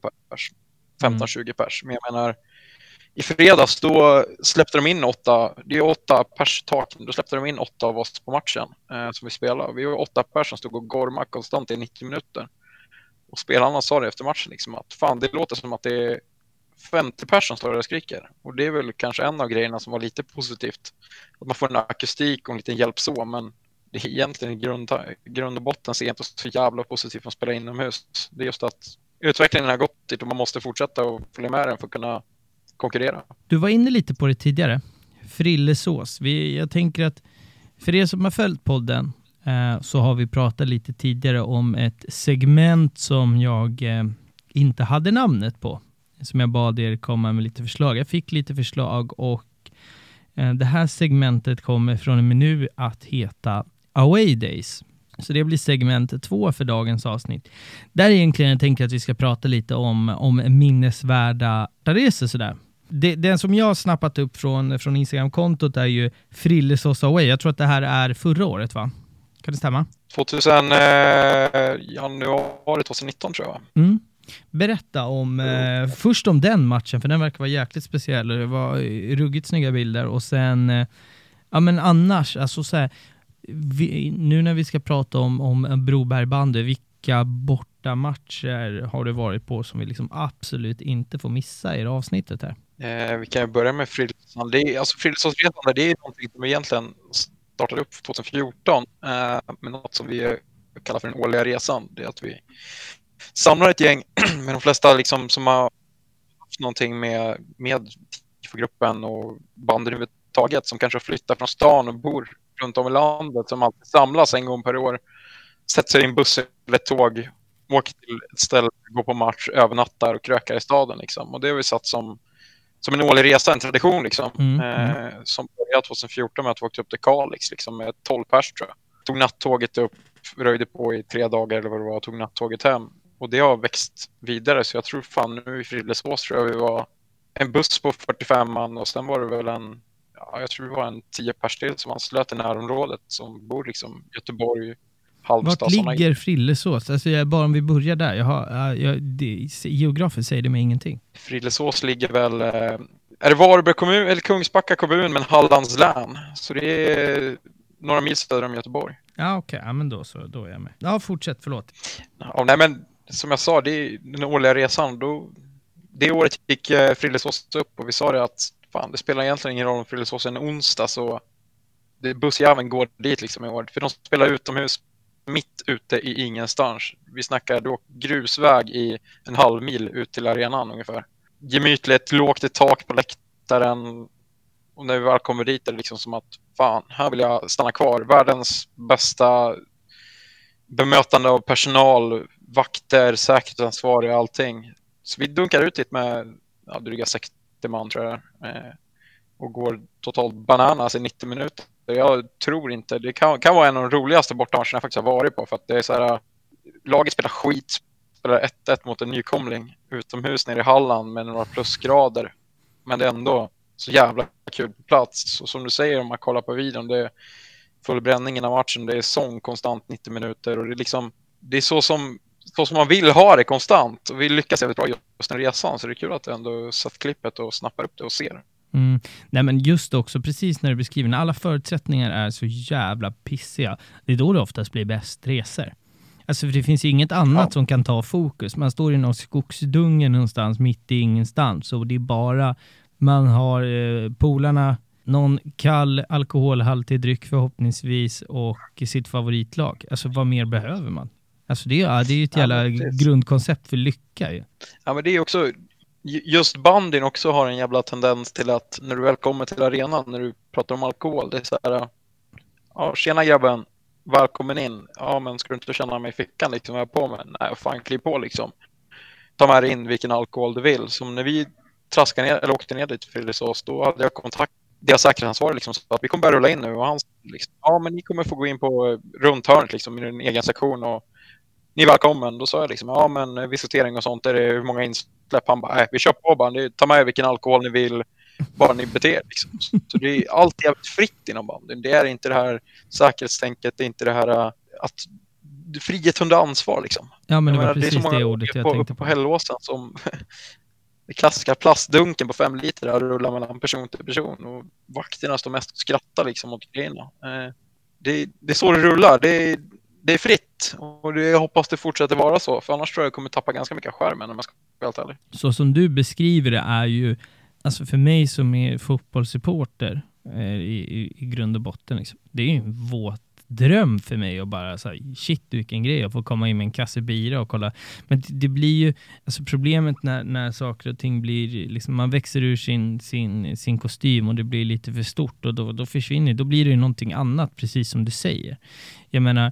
15-20 pers. Men jag menar, i fredags då släppte de in 8 pers tak, då släppte de in 8 av oss på matchen som vi spelade. Vi var 8 pers som stod och gormade konstant i 90 minuter. Och spelarna sa det efter matchen liksom att fan, det låter som att det är 50 pers som står där och skriker. Och det är väl kanske en av grejerna som var lite positivt. Att man får en akustik och en liten hjälp så, men det är egentligen i grund och botten så är det inte så jävla positivt att spela inomhus. Det är just att utvecklingen har gått dit och man måste fortsätta och följa med den för att kunna konkurrera. Du var inne lite på det tidigare. Frillesås. Jag tänker att för er som har följt podden så har vi pratat lite tidigare om ett segment som jag inte hade namnet på. Som jag bad er komma med lite förslag. Jag fick lite förslag och det här segmentet kommer från en menu att heta Away Days. Så det blir segment 2 för dagens avsnitt. Där egentligen jag tänker att vi ska prata lite om minnesvärda resor sådär. Den som jag har snappat upp från Instagram-kontot är ju Frillesås Away. Jag tror att det här är förra året, va? Kan det stämma? Januari 2019 tror jag. Berätta först om den matchen, för den verkar vara jäkligt speciell. Det var ruggigt snygga bilder och sen ja men annars alltså så här, nu när vi ska prata om Broberg bandy, vilka bortamatcher har det varit på som vi liksom absolut inte får missa i det avsnittet här? Vi kan börja med Frillesås. Frillesåsresan, det är någonting som egentligen startade upp 2014 med något som vi kallar för den årliga resan. Det är att vi samlar ett gäng med de flesta liksom, som har haft någonting med gruppen och banden överhuvudtaget, som kanske har flyttat från stan och bor runt om i landet, som alltid samlas en gång per år, sätter sig i en buss eller ett tåg, åker till ett ställe, går på match, övernattar och krökar i staden liksom. Och det har vi satt som en årlig resa, en tradition liksom. Som började 2014 med att vi åkte upp till Kalix liksom, med 12 pers tror jag. Tog nattåget upp, röjde på i 3 dagar eller vad det var, tog nattåget hem. Och det har växt vidare, så jag tror fan nu i Frillesås tror jag vi var en buss på 45 man och sen var det väl jag tror det var en 10 pers till som anslöt i närområdet som bor liksom Göteborg, Halmstad. Vart ligger Frillesås? Alltså bara om vi börjar där. Geografiskt säger det mig ingenting. Frillesås ligger väl, är det Varberg kommun eller Kungsbacka kommun, men Hallands län. Så det är några mil söder om Göteborg. Ja okej, ja, men då är jag med. Ja, fortsätt, förlåt. Ja, nej men som jag sa, det är den årliga resan. Det året gick Frillesås upp och vi sa det att fan, det spelar egentligen ingen roll om Frillesås är en onsdag, så bussjäveln går dit liksom i år. För de spelar utomhus mitt ute i ingenstans. Vi snackar då grusväg i en halv mil ut till arenan ungefär. Gemytligt, lågt i tak på läktaren. Och när vi väl kommer dit är det liksom som att fan, här vill jag stanna kvar. Världens bästa bemötande av personal, vakter, säkerhetsansvariga, allting. Så vi dunkar ut dit med dryga 60 man tror jag. Och går totalt bananas i 90 minuter. Jag tror inte, det kan vara en av de roligaste bortamatcherna jag faktiskt har varit på, för att det är så här, laget spelar skit, spelar 1-1 mot en nykomling utomhus nere i Halland med några plusgrader, men det är ändå så jävla kul på plats. Så som du säger, om man kollar på videon, det är full bränning av matchen, det är sång konstant 90 minuter och det är liksom, det är så som man vill ha det konstant, och vi lyckas jävligt bra just den resan, så det är kul att du ändå satt klippet och snappar upp det och ser. Nej, men just också, precis när du beskriver, när alla förutsättningar är så jävla pissiga, det är då det oftast blir bäst resor. Alltså för det finns ju inget annat som kan ta fokus. Man står i någon skogsdungen någonstans mitt i ingenstans, och det är bara, man har polarna, någon kall alkoholhaltig dryck förhoppningsvis och sitt favoritlag. Alltså vad mer behöver man? Alltså det är ju ett jävla grundkoncept för lycka ju. Ja, men det är också, just bandyn också har en jävla tendens till att när du väl kommer till arenan, när du pratar om alkohol, det är så här, ja, tjena grabben, välkommen in. Ja, men ska du inte känna mig i fickan liksom, vad jag på med? Nej, fan, kliv på liksom. Ta med dig in vilken alkohol du vill. Som när vi traskade ner, eller åkte ner dit för Frillesås, då hade jag kontakt, deras säkerhetsansvarig liksom, så att vi kommer börja rulla in nu, och han liksom, ja, men ni kommer få gå in på runthörnet liksom, i en egen sektion, och ni är välkommen. Då sa jag liksom, ja, men visitering och sånt, är det hur många insläpp? Han bara, nej, vi kör på bara, ta med vilken alkohol ni vill, bara ni beter liksom. Så det är allt jävligt fritt inom banden. Det är inte det här säkerhetstänket, det är inte det här att frihet under ansvar liksom. Ja, men det var precis det ordet jag tänkte på. På Hällåsen som det klassiska plastdunken på 5 liter där rullar mellan person till person, och vakterna står mest och skrattar liksom åt grejerna. Det är så det rullar. Det är fritt, och jag hoppas det fortsätter vara så, för annars tror jag kommer tappa ganska mycket skärmen om jag ska vara helt ärlig. Så som du beskriver det är ju, alltså för mig som är fotbollssupporter i grund och botten liksom, det är ju en våt dröm för mig att bara så här, shit vilken grej att få komma in med en kasse bira och kolla. Men det blir ju, alltså problemet när saker och ting blir liksom, man växer ur sin kostym och det blir lite för stort, och då försvinner, då blir det ju någonting annat, precis som du säger. Jag menar,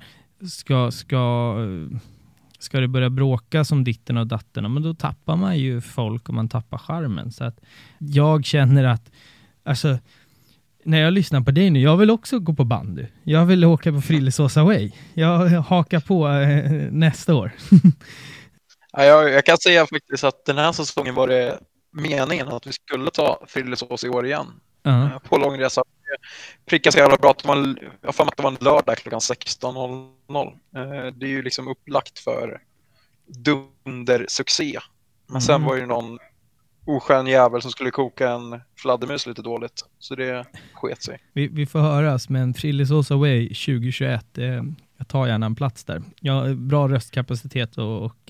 ska det börja bråka som ditten och datten, men då tappar man ju folk och man tappar charmen. Så att jag känner att, alltså, när jag lyssnar på dig nu, jag vill också gå på bandy. Jag vill åka på Frillesås Away. Jag hakar på nästa år. Ja, jag kan säga faktiskt att den här säsongen var det meningen att vi skulle ta Frillesås i år igen. På långresa. Pricka så jävla bra att jag får att det var en lördag klockan 16.00. Det är ju liksom upplagt för dundersuccé. Men sen var det någon oskön jävel som skulle koka en fladdermus lite dåligt. Så det sket sig. Vi får höras, men Frillesås Away 2021, jag tar gärna en plats där. Jag har bra röstkapacitet och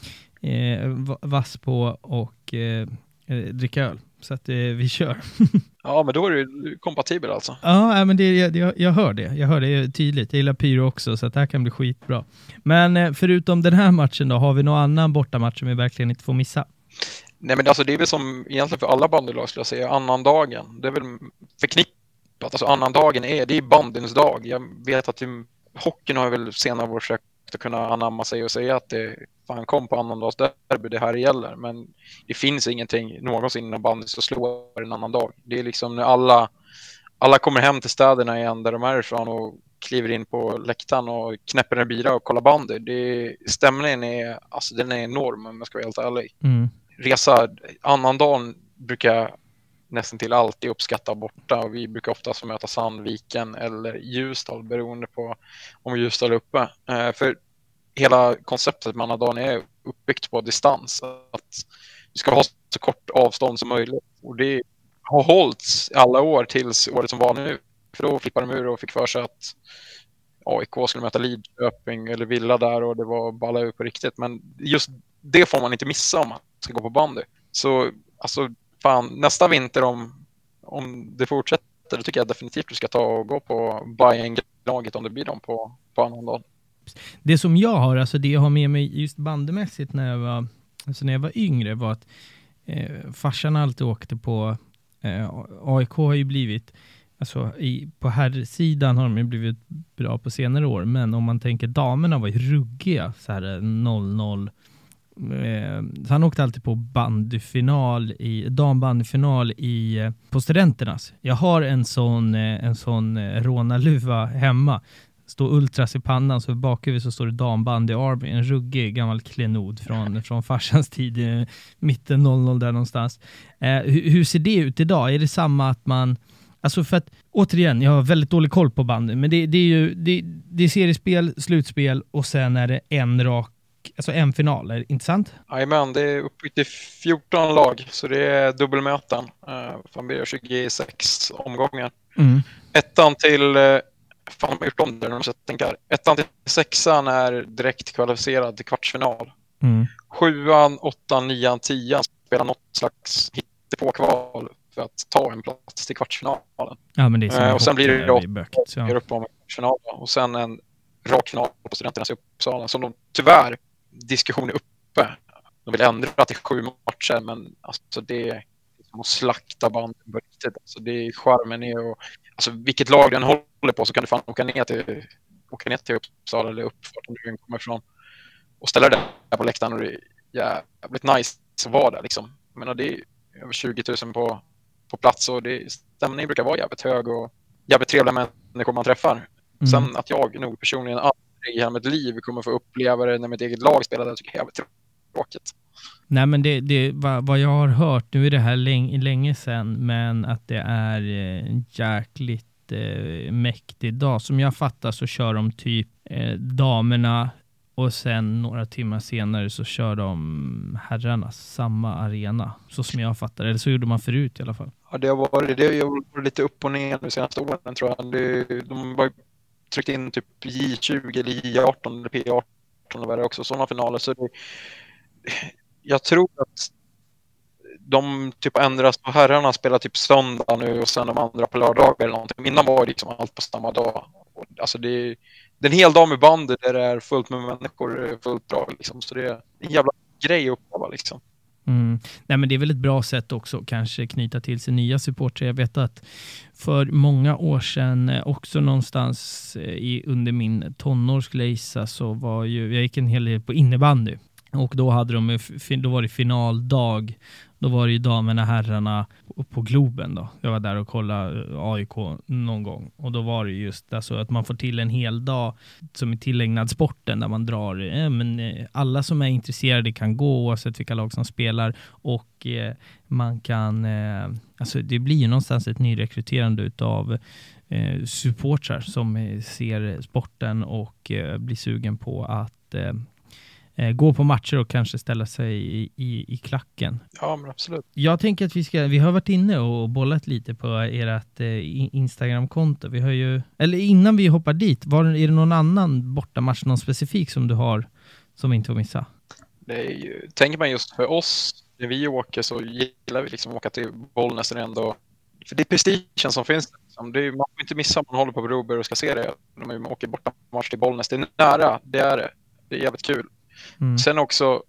vass på och dricka öl. Så att vi kör. Ja, men då är det kompatibel alltså. Ja, men jag hör det. Jag hör det tydligt. Jag gillar pyro också, så att det här kan bli skitbra. Men förutom den här matchen då, har vi någon annan bortamatch som vi verkligen inte får missa? Nej, men alltså det är väl som egentligen för alla bandylag skulle jag säga, annandagen. Det är väl förknippat. Alltså annandagen det är bandyns dag. Jag vet att hockeyn har väl senare år försökt att kunna anamma sig och säga att det fan kom på annandagsderby, det här gäller. Men det finns ingenting någonsin inom bandy som slår en annan dag. Det är liksom när alla kommer hem till städerna igen där de är ifrån och kliver in på läktaren och knäpper en bira och kollar bandy. Stämningen är, alltså den är enorm om jag ska vara helt ärlig. Resa annandagen brukar jag nästan till alltid uppskatta borta, och vi brukar oftast möta Sandviken eller Ljusdal beroende på om Ljusdal är uppe. För hela konceptet med annandagen är uppbyggt på distans, att vi ska ha så kort avstånd som möjligt, och det har hållits alla år tills året som var nu, för då flippade de ur och fick för sig att AIK skulle möta Lidköping eller Villa där, och det var balla ut på riktigt. Men just det får man inte missa om man ska gå på bandy. Så alltså fan, nästa vinter om det fortsätter, då tycker jag definitivt du ska ta och gå på Bayern-laget om det blir dem på annan dag. Det som jag har, alltså det jag har med mig just bandymässigt när jag var yngre, var att farsan alltid åkte på AIK har ju blivit, alltså på här sidan har de ju blivit bra på senare år, men om man tänker damerna var ju ruggiga så här 0-0. Så han åkte alltid på dambandyfinal på Studenternas. Jag har en sån rånaluva hemma. Står ultras i pannan, så bakhuvudet så står det dambandy Army, en ruggig gammal klenod från farsans tid, mitten 00 där någonstans. Hur ser det ut idag? Är det samma att man, alltså för att återigen, jag har väldigt dålig koll på bandy, men det är ju det är seriespel, slutspel och sen är det en rak alltså en final, är det inte sant? Jajamän, det är uppbyggt i 14 lag, så det är dubbelmöten. Fan blir det 26 omgångar. Ettan till, fan har gjort om det när de tänker. Ettan till sexan är direkt kvalificerad till kvartsfinal. Sjuan, åttan, nian, tian spelar något slags hittepå-kval för att ta en plats till kvartsfinalen. Ja, men det är och sen blir det då bökigt, upp om kvartsfinalen och sen en rak final på Studenternas i Uppsala som de tyvärr, diskussionen uppe. De vill ändra till 7 matcher, men alltså det är som att slakta banden på riktigt. Alltså det är charmen är och alltså vilket lag den håller på så kan du fan åka ner till Uppsala eller Uppfart om du kommer ifrån och ställa dig där på läktaren och det är jävligt nice att vara där liksom. Jag menar det är över 20 000 på plats och stämningen brukar vara jävligt hög och jävligt trevliga människor man träffar. Sen att jag nog personligen aldrig i hela mitt liv kommer få uppleva det när mitt eget lag spelar det tycker jag är jävligt tråkigt. Nej, men vad jag har hört, nu är det här länge sedan, men att det är en jäkligt mäktig dag. Som jag fattar så kör de typ damerna och sen några timmar senare så kör de herrarna samma arena. Så som jag fattar, eller så gjorde man förut i alla fall. Ja, det har varit lite upp och ner de senaste åren tror jag. De har tryckt in typ J20 eller J18 eller P18 och vad det är också, sådana finaler. Så jag tror att de typ ändras på herrarna spelar typ söndag nu och sen de andra på lördag eller någonting. Innan var det liksom allt på samma dag. Alltså det är en hel dag med band där det är fullt med människor, fullt bra liksom. Så det är en jävla grej att uppleva liksom. Nej, men det är väl ett bra sätt också kanske knyta till sig nya supportrar. Jag vet att för många år sedan också någonstans under min tonårsglejsa så var jag gick en hel del på innebandy. Och då var det finaldag. Då var det ju damerna, herrarna på Globen då. Jag var där och kollade AIK någon gång. Och då var det just alltså att man får till en hel dag som är tillägnad sporten där man drar. Alla som är intresserade kan gå oavsett vilka lag som spelar. Och man kan, alltså det blir ju någonstans ett nyrekryterande utav supportrar som ser sporten och blir sugen på att gå på matcher och kanske ställa sig i klacken. Ja, men absolut. Jag tänker att vi har varit inne och bollat lite på ert Instagram-konto. Vi har ju, eller innan vi hoppar dit, är det någon annan bortamatch, någon specifik som du har som inte får missa? Det är ju, tänker man just för oss, när vi åker så gillar vi liksom åka till Bollnäs ändå. För det är prestigen som finns. Man får inte missa om man håller på Broberg och ska se det. När man åker bortamatch till Bollnäs. Det är nära, det är det. Det är jävligt kul. Sen också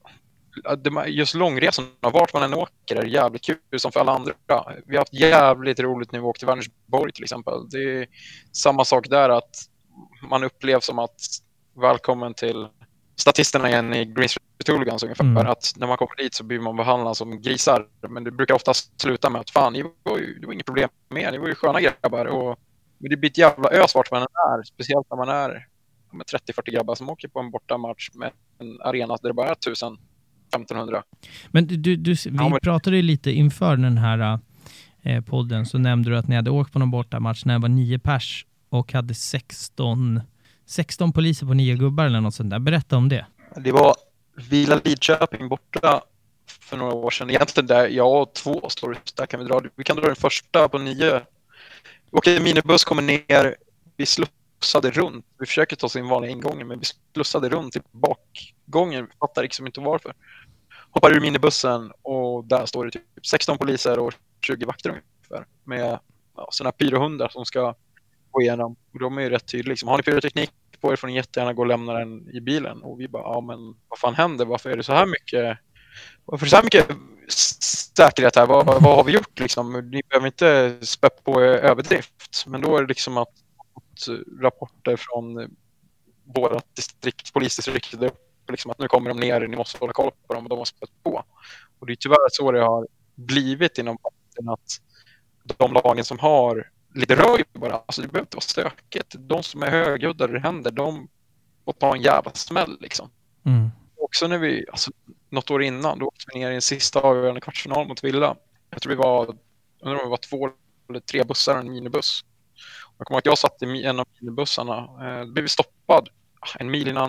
just långresan vart man än åker är jävligt kul som för alla andra. Vi har haft jävligt roligt när vi åkte till Vänersborg till exempel. Det är samma sak där att man upplevs som att välkommen till statisterna igen i Green Street Hooligans ungefär. Att när man kommer dit så blir man behandlad som grisar. Men det brukar ofta sluta med att fan, det var inget problem med. Det var ju sköna grabbar. Men det blir ett jävla ös vart man är. Speciellt när man är med 30-40 grabbar som åker på en bortamatch med en arena där det bara är 1000-1500. Men vi pratade ju lite inför den här podden, så nämnde du att ni hade åkt på någon bortamatch när det var 9 pers och hade 16 poliser på 9 gubbar eller något sånt där. Berätta om det. Det var Vila Lidköping borta för några år sedan. Egentligen där jag och 2 stories där kan vi kan dra den första på 9. Okej, minibuss kommer ner, vi slussade runt. Vi försöker ta oss in vanliga ingången, men vi slussade runt till bakgången. Vi fattar liksom inte varför. Hoppar ur minibussen och där står det typ 16 poliser och 20 vakter ungefär. Med sådana pyrohundar som ska gå igenom. Och de är ju rätt tydliga. Liksom. Har ni pyroteknik på er får ni jättegärna gå och lämna den i bilen. Och vi bara, ja men vad fan händer? Varför är det så här mycket? Varför är det så här mycket säkerhet här? Vad har vi gjort liksom? Ni behöver inte spä på överdrift. Men då är det liksom att rapporter från våra polisdistrikt liksom att nu kommer de ner, ni måste hålla koll på dem och de måste spä på. Och det är tyvärr så det har blivit inom att de lagen som har lite röj bara, alltså det behöver inte vara stökigt. De som är högljudda det händer, de får ta en jävla smäll liksom. Också när vi, alltså något år innan, då åkte vi ner i en sista avgörande kvartsfinal mot Villa. Jag tror undrar om vi var 2 eller 3 bussar och en minibuss. Jag kommer ihåg att jag satt i en av minibussarna. Då blev vi stoppad en mil innan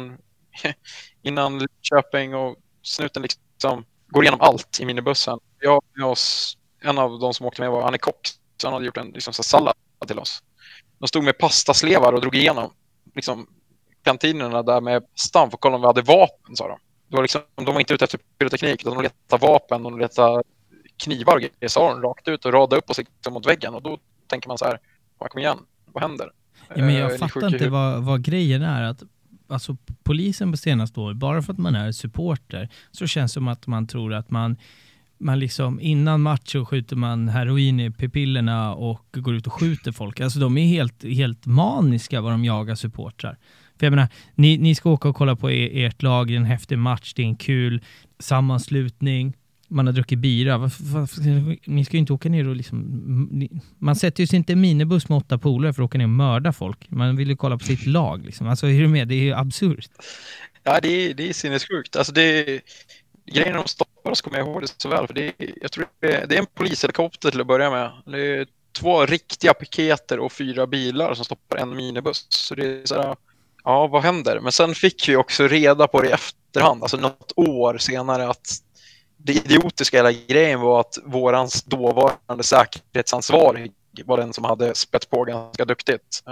innan Lidköping och snuten liksom går igenom allt i minibussen. Jag en av de som åkte med var Annie Kock, så han hade gjort en liksom, så sallad till oss. De stod med pastaslevar och drog igenom liksom, kantinerna där med stam för att kolla om vi hade vapen, sa de. Det var liksom, de var inte ute efter pyroteknik, utan de letade vapen, de letade knivar och grejer, sa de rakt ut och radade upp oss liksom mot väggen. Och då tänker man så här, kom igen, vad händer? Ja, men jag fattar inte vad grejen är. Att, alltså, polisen på senaste år, bara för att man är supporter, så känns det som att man tror att man liksom innan match så skjuter man heroin i pupillerna och går ut och skjuter folk. Alltså de är helt maniska vad de jagar supportrar. För jag menar, ni ska åka och kolla på ert lag, det är en häftig match, det är en kul sammanslutning, man har druckit bira. Ni ska ju inte åka ner och liksom... Man sätter ju sig inte en minibuss med 8 polare för att åka ner och mörda folk. Man vill ju kolla på sitt lag liksom. Alltså är du med? Det är ju absurt. Ja, det är sinnessjukt. Alltså grejen de stoppar oss, kommer jag ihåg det så väl. För jag tror det är en polishelikopter till att börja med. Det är 2 riktiga piketer och 4 bilar som stoppar en minibuss. Så det är så här, ja, vad händer? Men sen fick vi också reda på det i efterhand, alltså något år senare, att det idiotiska hela grejen var att vårans dåvarande säkerhetsansvarig var den som hade spett på ganska duktigt.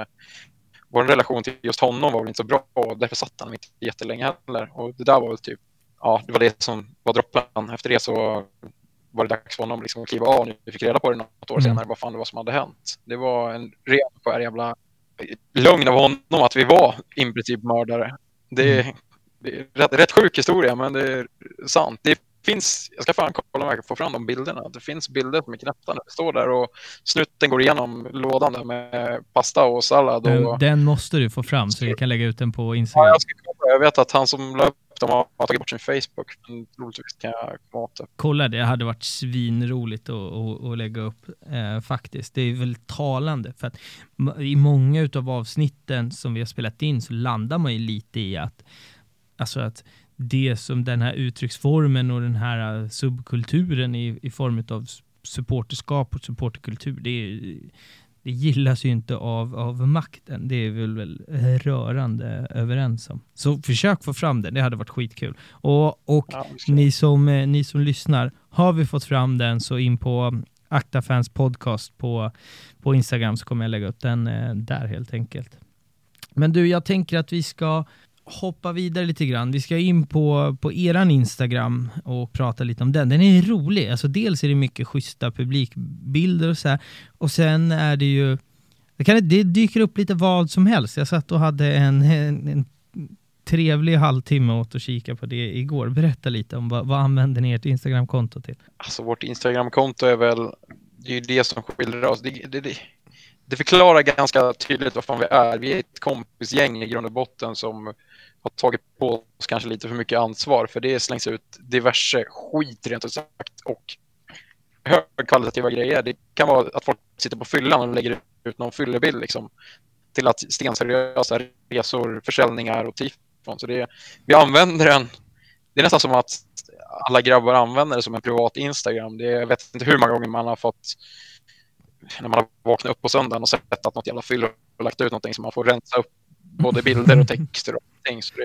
Vår relation till just honom var väl inte så bra, och därför satt han inte jättelänge heller. Och det där var väl typ, ja, det var det som var droppen. Efter det så var det dags för honom liksom att kliva av. Vi fick reda på det något år senare, vad fan det var som hade hänt. Det var en ren skär jävla lögn av honom att vi var i princip mördare. Det är rätt sjuk historia, men det är sant. Det finns, jag ska fan kolla om jag kan få fram de bilderna. Det finns bilder som är knäppta när det står där och snuten går igenom lådan där med pasta och sallad. Och... Den måste du få fram så jag kan lägga ut den på Instagram. Ja, jag vet att han som la upp dem har tagit bort sin Facebook. Men troligtvis kan jag komma åt det. Kolla, det hade varit svinroligt att lägga upp faktiskt. Det är väl talande för att i många utav avsnitten som vi har spelat in så landar man ju lite i att alltså att det som den här uttrycksformen och den här subkulturen i form av supporterskap och supporterkultur, det gillas ju inte av makten. Det är väl rörande överens om. Så försök få fram det hade varit skitkul. Och ja, ni som lyssnar, har vi fått fram den så in på Aktafans podcast på Instagram, så kommer jag lägga upp den där helt enkelt. Men du, jag tänker att vi ska hoppa vidare lite grann. Vi ska in på eran Instagram och prata lite om den. Den är rolig. Alltså dels är det mycket schyssta publikbilder och så här. Och sen är det ju det dyker upp lite vad som helst. Jag satt och hade en trevlig halvtimme åt att kika på det igår. Berätta lite om vad använder ni ert Instagram-konto till? Alltså vårt Instagram-konto är väl, det är ju det som skiljer oss. Det förklarar ganska tydligt vad fan vi är. Vi är ett kompisgäng i grund och botten som har tagit på oss kanske lite för mycket ansvar, för det slängs ut diverse skit rent ut sagt och högkvalitativa grejer. Det kan vara att folk sitter på fyllan och lägger ut någon fyllebild liksom, till att stenseriösa resor, försäljningar och tifon. Så vi använder den. Det är nästan som att alla grabbar använder det som en privat Instagram. Jag vet inte hur många gånger man har fått, när man har vaknat upp på söndagen och sett att något jävla fyll och lagt ut någonting som man får rensa upp både bilder och texter och allting. Så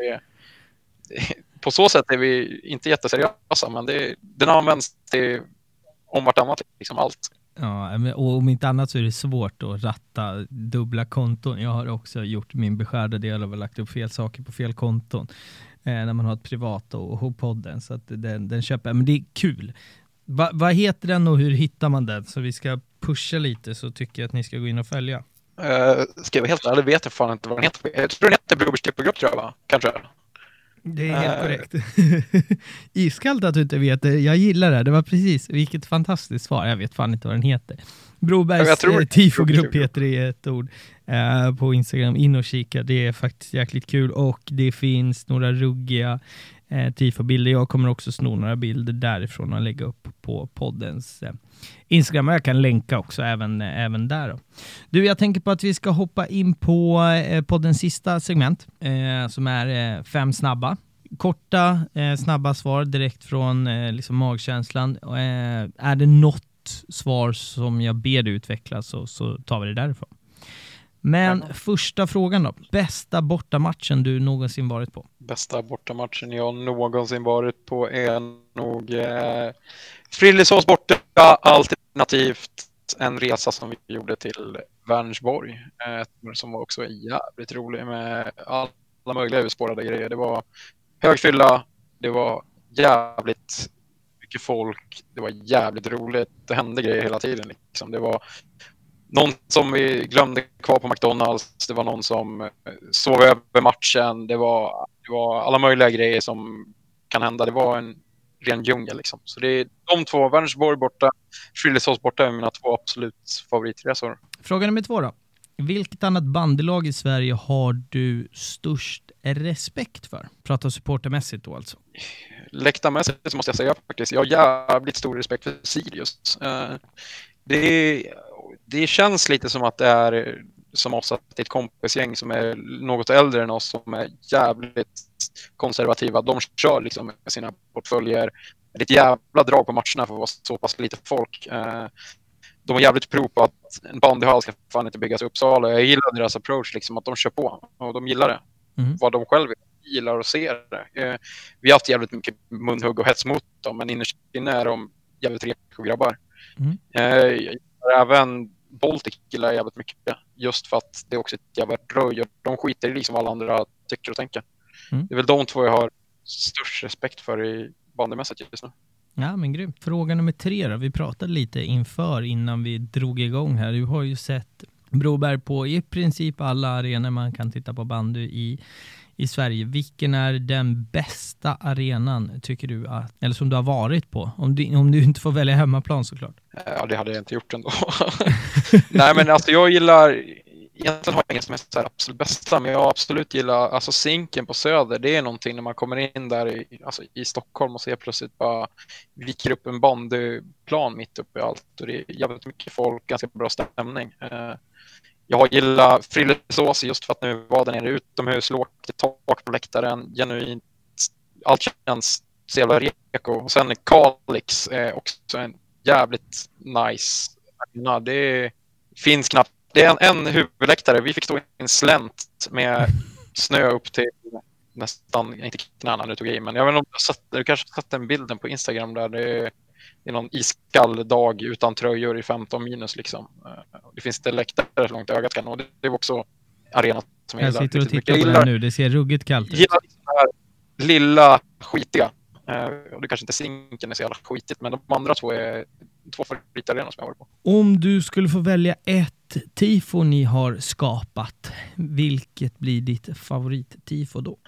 på så sätt är vi inte jätteseriösa, men den används till om vartannat, liksom allt. Ja, och om inte annat så är det svårt att ratta dubbla konton. Jag har också gjort min beskärda del av att lagt upp fel saker på fel konton när man har ett privat och podden, så att den köper. Men det är kul. Vad heter den och hur hittar man den? Så vi ska pusha lite, så tycker jag att ni ska gå in och följa. Ska jag vara helt ärlig, vet jag fan inte vad den heter. Jag tror den heter Brobers Tippogrupp, tror jag, va? Kanske. Det är helt korrekt. Iskallt att du inte vet det. Jag gillar det. Det var precis, vilket fantastiskt svar. Jag vet fan inte vad den heter. Brobergs tifogrupp heter det i ett ord på Instagram. In och kika. Det är faktiskt jäkligt kul. Och det finns några ruggiga tifobilder. Jag kommer också sno några bilder därifrån och lägga upp på poddens Instagram. Jag kan länka också även där då. Du, jag tänker på att vi ska hoppa in på poddens sista segment som är 5 snabba. Korta, snabba svar direkt från liksom magkänslan. Är det något svar som jag ber dig utveckla så tar vi det därifrån. Men första frågan då. Bästa bortamatchen du någonsin varit på? Bästa bortamatchen jag någonsin varit på är nog Frillesås borta, alternativt en resa som vi gjorde till Vänersborg. Som var också jävligt rolig med alla möjliga urspårade grejer. Det var högfylla, det var jävligt mycket folk, det var jävligt roligt. Det hände grejer hela tiden. Liksom. Det var någon som vi glömde kvar på McDonalds, det var någon som sov över matchen, det var alla möjliga grejer som kan hända. Det var en ren djungel liksom. Så det är de två, Vänersborg borta, Frillesås borta, är mina två absolut favoritresor. Fråga nummer 2 då. Vilket annat bandylag i Sverige har du störst respekt för? Prata supportermässigt då alltså. Läktarmässigt så måste jag säga faktiskt, jag har jävligt stor respekt för Sirius. Det känns lite som att det är som oss, att det är ett kompisgäng som är något äldre än oss, som är jävligt konservativa. De kör liksom med sina portföljer. Det är ett jävla drag på matcherna för att vara så pass lite folk. De har jävligt prov på att en bandyhall ska fan inte byggas i Uppsala. Jag gillar deras approach, liksom, att de kör på och de gillar det. Vad de själva gillar och ser det. Vi har haft jävligt mycket munhugg och hets mot dem, men innerst inne är de jävligt reko grabbar. Jag gillar även Baltic, gillar jävligt mycket, just för att det är också ett jävla röj och de skiter i liksom alla andra tycker och tänker. Det är väl de två jag har störst respekt för i bandymässigt just nu. Ja, men grymt. Fråga nummer 3 då. Vi pratade lite innan vi drog igång här. Du har ju sett Broberg på i princip alla arenor man kan titta på bandy i Sverige. Vilken är den bästa arenan tycker du eller som du har varit på? Om du inte får välja hemmaplan såklart. Ja, det hade jag inte gjort ändå. Nej, men alltså jag gillar, egentligen har jag inget som är så här absolut bästa, men jag absolut gillar alltså Zinken på Söder. Det är någonting när man kommer in där i Stockholm och ser plötsligt bara viker upp en bandyplan mitt uppe i allt, och det är jävligt mycket folk, ganska bra stämning. Jag gillar Frillesås just för att nu var den nere utomhus, lågt tak på läktaren, genuint, allt känns så jävla reko. Och sen Kalix är också en jävligt nice arena. Det finns knappt, det är en huvudläktare, vi fick stå i en slänt med snö upp till nästan, inte knäna nu tog jag in, men jag vet inte om du kanske sett den bilden på Instagram där det är någon iskall dag utan tröjor i 15 minus liksom. Det finns inte läktare så långt ögat kan, och det är också arenan som jag gillar. Jag sitter och tittar på den nu, det ser ruggigt kallt ut. Jag gillar liksom det här lilla skitiga. Och det kanske inte Zinken är så jävla skitigt, men de andra två är två favoritarenor som jag har varit på. Om du skulle få välja ett tifo ni har skapat, vilket blir ditt favorittifo då?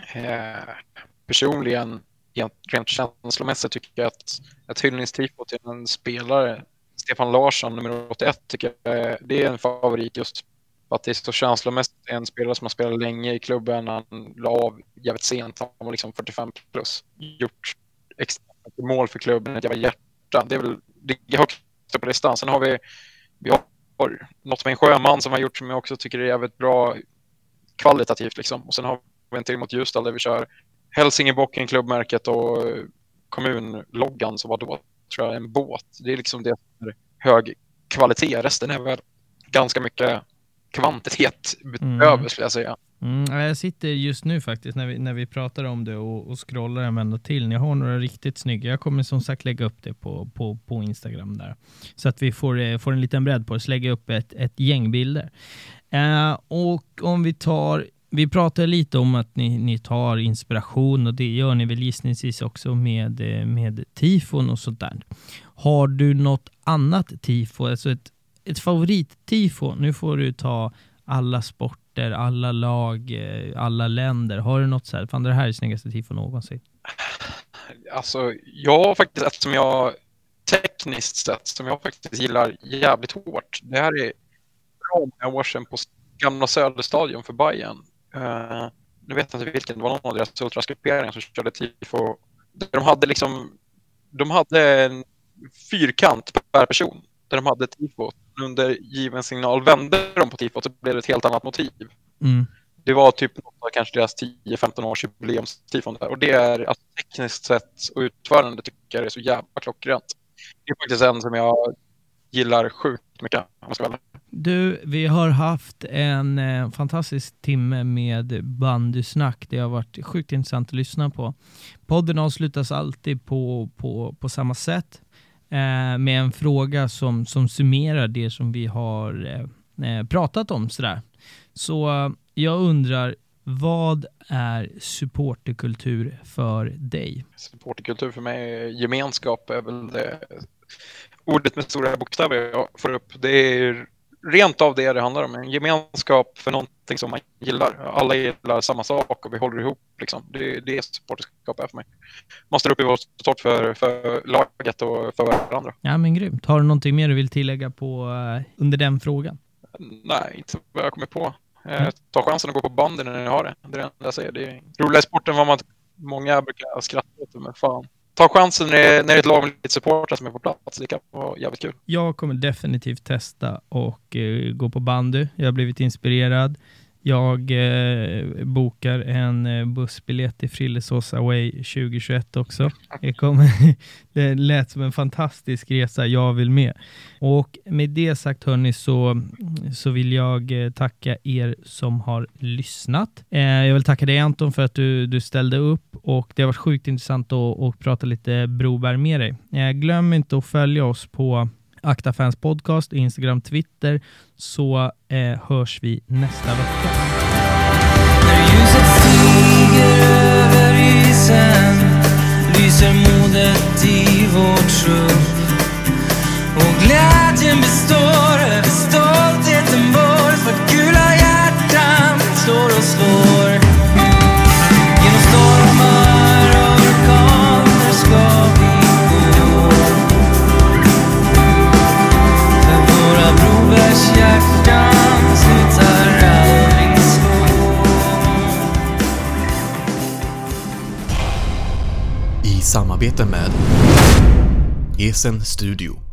Personligen, rent känslomässigt, tycker jag att ett hyllningstifo till en spelare, Stefan Larsson, nummer 81, tycker jag det är en favorit, just för att det är så känslomässigt. En spelare som har spelat länge i klubben, han la av jävligt sent, han var liksom 45 plus, gjort extra mål för klubben, ett jävla hjärta. Det är väl det högst på listan. Sen har vi har något med en Sjöman som har gjort, som jag också tycker är jävligt bra kvalitativt liksom. Och sen har vi en till mot Ljusdal där vi kör Hälsingebocken, klubbmärket, och kommunloggan, så var då tror jag en båt. Det är liksom det som är hög kvalitet. Resten är väl ganska mycket kvantitet utöver, skulle jag säga. Jag sitter just nu faktiskt när vi pratar om det och scrollar en vända till. Ni har några riktigt snygga. Jag kommer som sagt lägga upp det på Instagram där. Så att vi får en liten bredd på det. Så lägga upp ett gäng bilder. Och om vi pratar lite om att ni tar inspiration, och det gör ni väl gissningsvis också med tifon och sånt där. Har du något annat tifo, alltså ett favorittifo? Nu får du ta alla sporter, alla lag, alla länder. Har du något så här, fan det här är snyggaste tifo någonsin? Alltså, jag faktiskt, eftersom jag tekniskt sett, som jag faktiskt gillar jävligt hårt. Det här är bra många år sedan på gamla Söderstadion för Bayern. Nu vet jag inte vilken, det var någon av deras ultraskripperingar som körde tifo. De hade en fyrkant per person där de hade tifo. Under given signal vände de på tifo, så blev det ett helt annat motiv. Det var typ kanske deras 10-15 års jubileumstifon där. Och det är alltså, tekniskt sett och utförande tycker jag är så jävla klockrent. Det är faktiskt en som jag gillar sjukt mycket. Du, vi har haft en fantastisk timme med bandysnack. Det har varit sjukt intressant att lyssna på. Podden avslutas alltid på samma sätt. Med en fråga som summerar det som vi har pratat om. Så jag undrar, vad är supporterkultur för dig? Supporterkultur för mig är gemenskap, är väl det ordet med stora bokstäver jag får upp. Det är rent av det handlar om. En gemenskap för någonting som man gillar. Alla gillar samma sak och vi håller ihop. Liksom. Det är supporterskap är för mig. Man står upp i vår stort för laget och för varandra. Ja, men grymt. Har du någonting mer du vill tillägga på under den frågan? Nej, inte vad jag kommer på. Ta chansen att gå på bandy när ni har det. Det är det enda jag säger. Det är roligare sporten vad man många brukar skratta åt, men fan. Ta chansen när det är ett lag med lite supportrar som är på plats. Det kan vara jävligt kul. Jag kommer definitivt testa och gå på bandy. Jag har blivit inspirerad. Jag bokar en bussbiljett till Frillesås Away 2021 också. Det lät som en fantastisk resa, jag vill med. Och med det sagt hörni, så vill jag tacka er som har lyssnat. Jag vill tacka dig Anton för att du ställde upp, och det har varit sjukt intressant att prata lite Broberg med dig. Glöm inte att följa oss på Akta Fans Podcast, Instagram, Twitter, så hörs vi nästa vecka. När ljuset stiger över isen lyser modet i vårt trupp, och glädjen består över stoltheten vår, för gula hjärtan slår och slår. Genom stormar och orkaner ska vi gå, för våra Brobergs hjärtan slutar aldrig slå. I samarbete med Esen Studio.